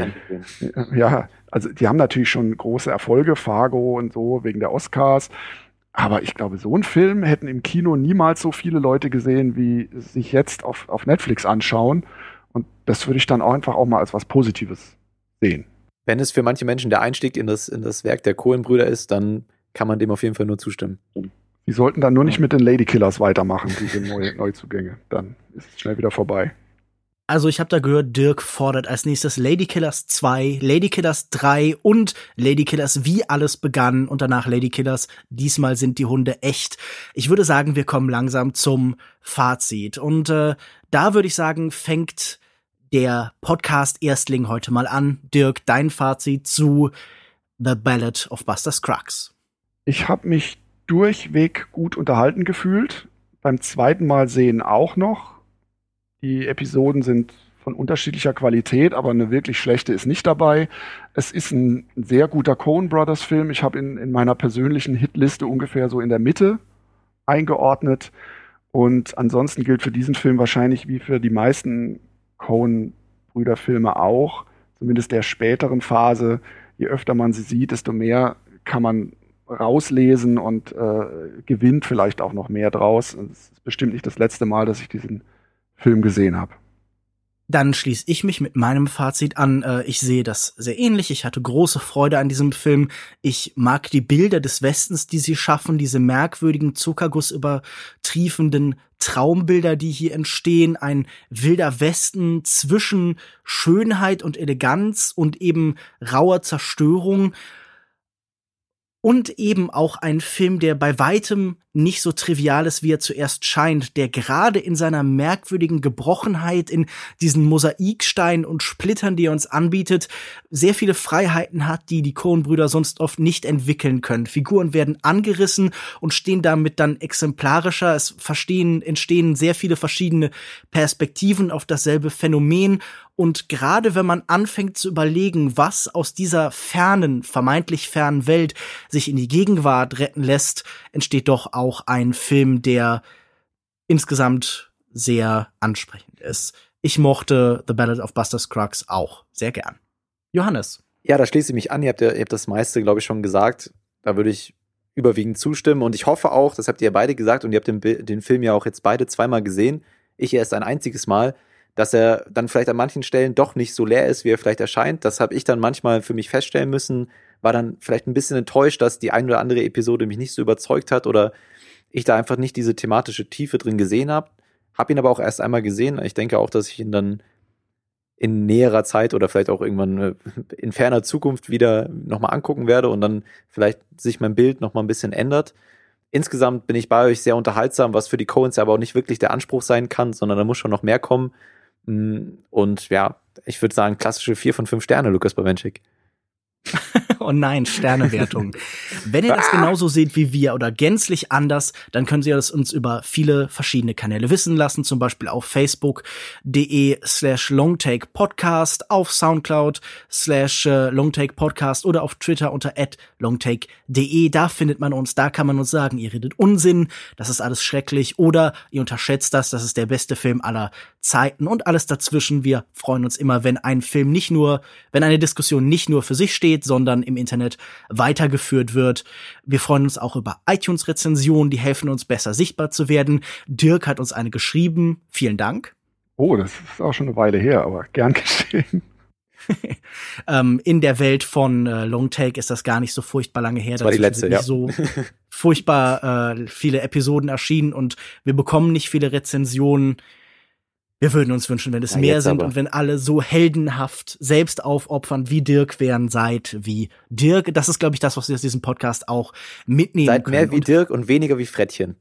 Ja, also die haben natürlich schon große Erfolge, Fargo und so, wegen der Oscars. Aber ich glaube, so einen Film hätten im Kino niemals so viele Leute gesehen, wie sich jetzt auf, auf Netflix anschauen. Und das würde ich dann auch einfach auch mal als was Positives sehen. Wenn es für manche Menschen der Einstieg in das, in das Werk der Coen-Brüder ist, dann kann man dem auf jeden Fall nur zustimmen. Die sollten dann nur nicht mit den Ladykillers weitermachen, diese neue Neuzugänge. Dann ist es schnell wieder vorbei. Also ich habe da gehört, Dirk fordert als nächstes Ladykillers zwei, Ladykillers drei und Ladykillers wie alles begann und danach Ladykillers, diesmal sind die Hunde echt. Ich würde sagen, wir kommen langsam zum Fazit. Und äh, da würde ich sagen, fängt der Podcast-Erstling heute mal an. Dirk, dein Fazit zu The Ballad of Buster Scruggs. Ich habe mich durchweg gut unterhalten gefühlt. Beim zweiten Mal sehen auch noch. Die Episoden sind von unterschiedlicher Qualität, aber eine wirklich schlechte ist nicht dabei. Es ist ein sehr guter Coen Brothers Film. Ich habe ihn in meiner persönlichen Hitliste ungefähr so in der Mitte eingeordnet. Und ansonsten gilt für diesen Film wahrscheinlich wie für die meisten Coen-Brüder-Filme auch, zumindest der späteren Phase, je öfter man sie sieht, desto mehr kann man rauslesen und äh, gewinnt vielleicht auch noch mehr draus. Es ist bestimmt nicht das letzte Mal, dass ich diesen Film gesehen habe. Dann schließe ich mich mit meinem Fazit an. Ich sehe das sehr ähnlich. Ich hatte große Freude an diesem Film. Ich mag die Bilder des Westens, die sie schaffen, diese merkwürdigen, zuckergussübertriefenden Traumbilder, die hier entstehen. Ein wilder Westen zwischen Schönheit und Eleganz und eben rauer Zerstörung. Und eben auch ein Film, der bei weitem nicht so trivial ist, wie er zuerst scheint, der gerade in seiner merkwürdigen Gebrochenheit, in diesen Mosaiksteinen und Splittern, die er uns anbietet, sehr viele Freiheiten hat, die die Coen-Brüder sonst oft nicht entwickeln können. Figuren werden angerissen und stehen damit dann exemplarischer. Es verstehen, entstehen sehr viele verschiedene Perspektiven auf dasselbe Phänomen. Und gerade wenn man anfängt zu überlegen, was aus dieser fernen, vermeintlich fernen Welt sich in die Gegenwart retten lässt, entsteht doch auch ein Film, der insgesamt sehr ansprechend ist. Ich mochte The Ballad of Buster Scruggs auch sehr gern. Johannes? Ja, da schließe ich mich an. Ihr habt, ja, ihr habt das meiste, glaube ich, schon gesagt. Da würde ich überwiegend zustimmen. Und ich hoffe auch, das habt ihr beide gesagt, und ihr habt den, den Film ja auch jetzt beide zweimal gesehen. Ich erst ein einziges Mal, dass er dann vielleicht an manchen Stellen doch nicht so leer ist, wie er vielleicht erscheint. Das habe ich dann manchmal für mich feststellen müssen. War dann vielleicht ein bisschen enttäuscht, dass die ein oder andere Episode mich nicht so überzeugt hat oder ich da einfach nicht diese thematische Tiefe drin gesehen habe. Hab ihn aber auch erst einmal gesehen. Ich denke auch, dass ich ihn dann in näherer Zeit oder vielleicht auch irgendwann in ferner Zukunft wieder nochmal angucken werde und dann vielleicht sich mein Bild nochmal ein bisschen ändert. Insgesamt bin ich bei euch sehr unterhaltsam, was für die Coens aber auch nicht wirklich der Anspruch sein kann, sondern da muss schon noch mehr kommen. Und ja, ich würde sagen, klassische vier von fünf Sterne, Lukas Bawenschik. Oh nein, Sternewertung. Wenn ihr das genauso seht wie wir oder gänzlich anders, dann könnt ihr es uns über viele verschiedene Kanäle wissen lassen, zum Beispiel auf facebook.de slash longtakepodcast, auf Soundcloud slash longtakepodcast oder auf Twitter unter at longtake.de. Da findet man uns, da kann man uns sagen, ihr redet Unsinn, das ist alles schrecklich oder ihr unterschätzt das, das ist der beste Film aller Zeiten und alles dazwischen. Wir freuen uns immer, wenn ein Film nicht nur, wenn eine Diskussion nicht nur für sich steht, sondern im Internet weitergeführt wird. Wir freuen uns auch über iTunes-Rezensionen, die helfen uns besser sichtbar zu werden. Dirk hat uns eine geschrieben. Vielen Dank. Oh, das ist auch schon eine Weile her, aber gern geschehen. ähm, in der Welt von äh, Longtake ist das gar nicht so furchtbar lange her. Das war die letzte, sind ja. nicht so furchtbar äh, viele Episoden erschienen und wir bekommen nicht viele Rezensionen. Wir würden uns wünschen, wenn es ja, mehr sind aber. Und wenn alle so heldenhaft selbst aufopfern wie Dirk wären, seid wie Dirk. Das ist, glaube ich, das, was wir aus diesem Podcast auch mitnehmen seid können. Seid mehr wie und Dirk und weniger wie Frettchen.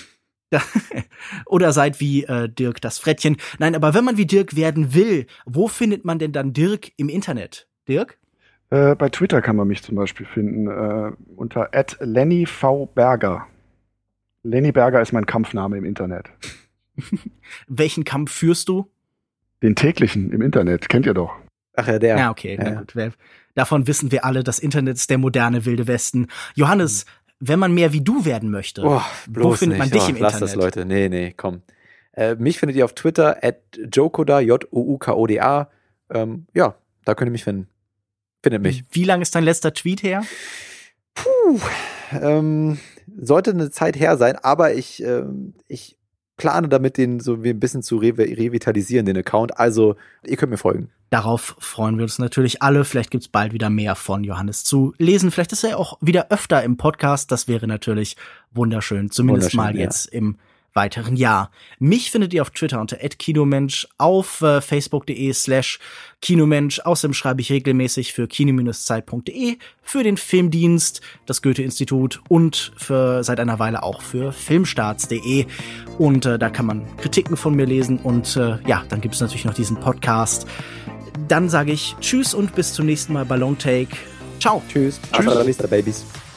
Oder seid wie äh, Dirk das Frettchen. Nein, aber wenn man wie Dirk werden will, wo findet man denn dann Dirk im Internet? Dirk? Äh, bei Twitter kann man mich zum Beispiel finden, äh, unter at Lenny V. Berger. Lenny Berger ist mein Kampfname im Internet. Welchen Kampf führst du? Den täglichen im Internet, kennt ihr doch. Ach ja, der. Ja, okay, ja. na gut. Davon wissen wir alle, das Internet ist der moderne Wilde Westen. Johannes, mhm. wenn man mehr wie du werden möchte, oh, wo findet man nicht. dich oh, im lass Internet? Das, Leute. Nee, nee, komm. Äh, mich findet ihr auf Twitter at jokoda, J O U K O D A. Ähm, ja, da könnt ihr mich finden. Findet mich. Wie lang ist dein letzter Tweet her? Puh, ähm, sollte eine Zeit her sein, aber ich, ähm, ich plane damit, den so wie ein bisschen zu re- revitalisieren, den Account. Also, ihr könnt mir folgen. Darauf freuen wir uns natürlich alle. Vielleicht gibt's bald wieder mehr von Johannes zu lesen. Vielleicht ist er auch wieder öfter im Podcast. Das wäre natürlich wunderschön. Zumindest wunderschön, mal ja. jetzt im weiteren Jahr. Mich findet ihr auf Twitter unter at kinomensch, auf äh, facebook.de slash kinomensch. Außerdem schreibe ich regelmäßig für kino-zeit punkt de, für den Filmdienst, das Goethe-Institut und für seit einer Weile auch für filmstarts punkt de. Und äh, da kann man Kritiken von mir lesen. Und äh, ja, dann gibt es natürlich noch diesen Podcast. Dann sage ich Tschüss und bis zum nächsten Mal bei Longtake. Ciao. Tschüss. Hasta la vista, Babies.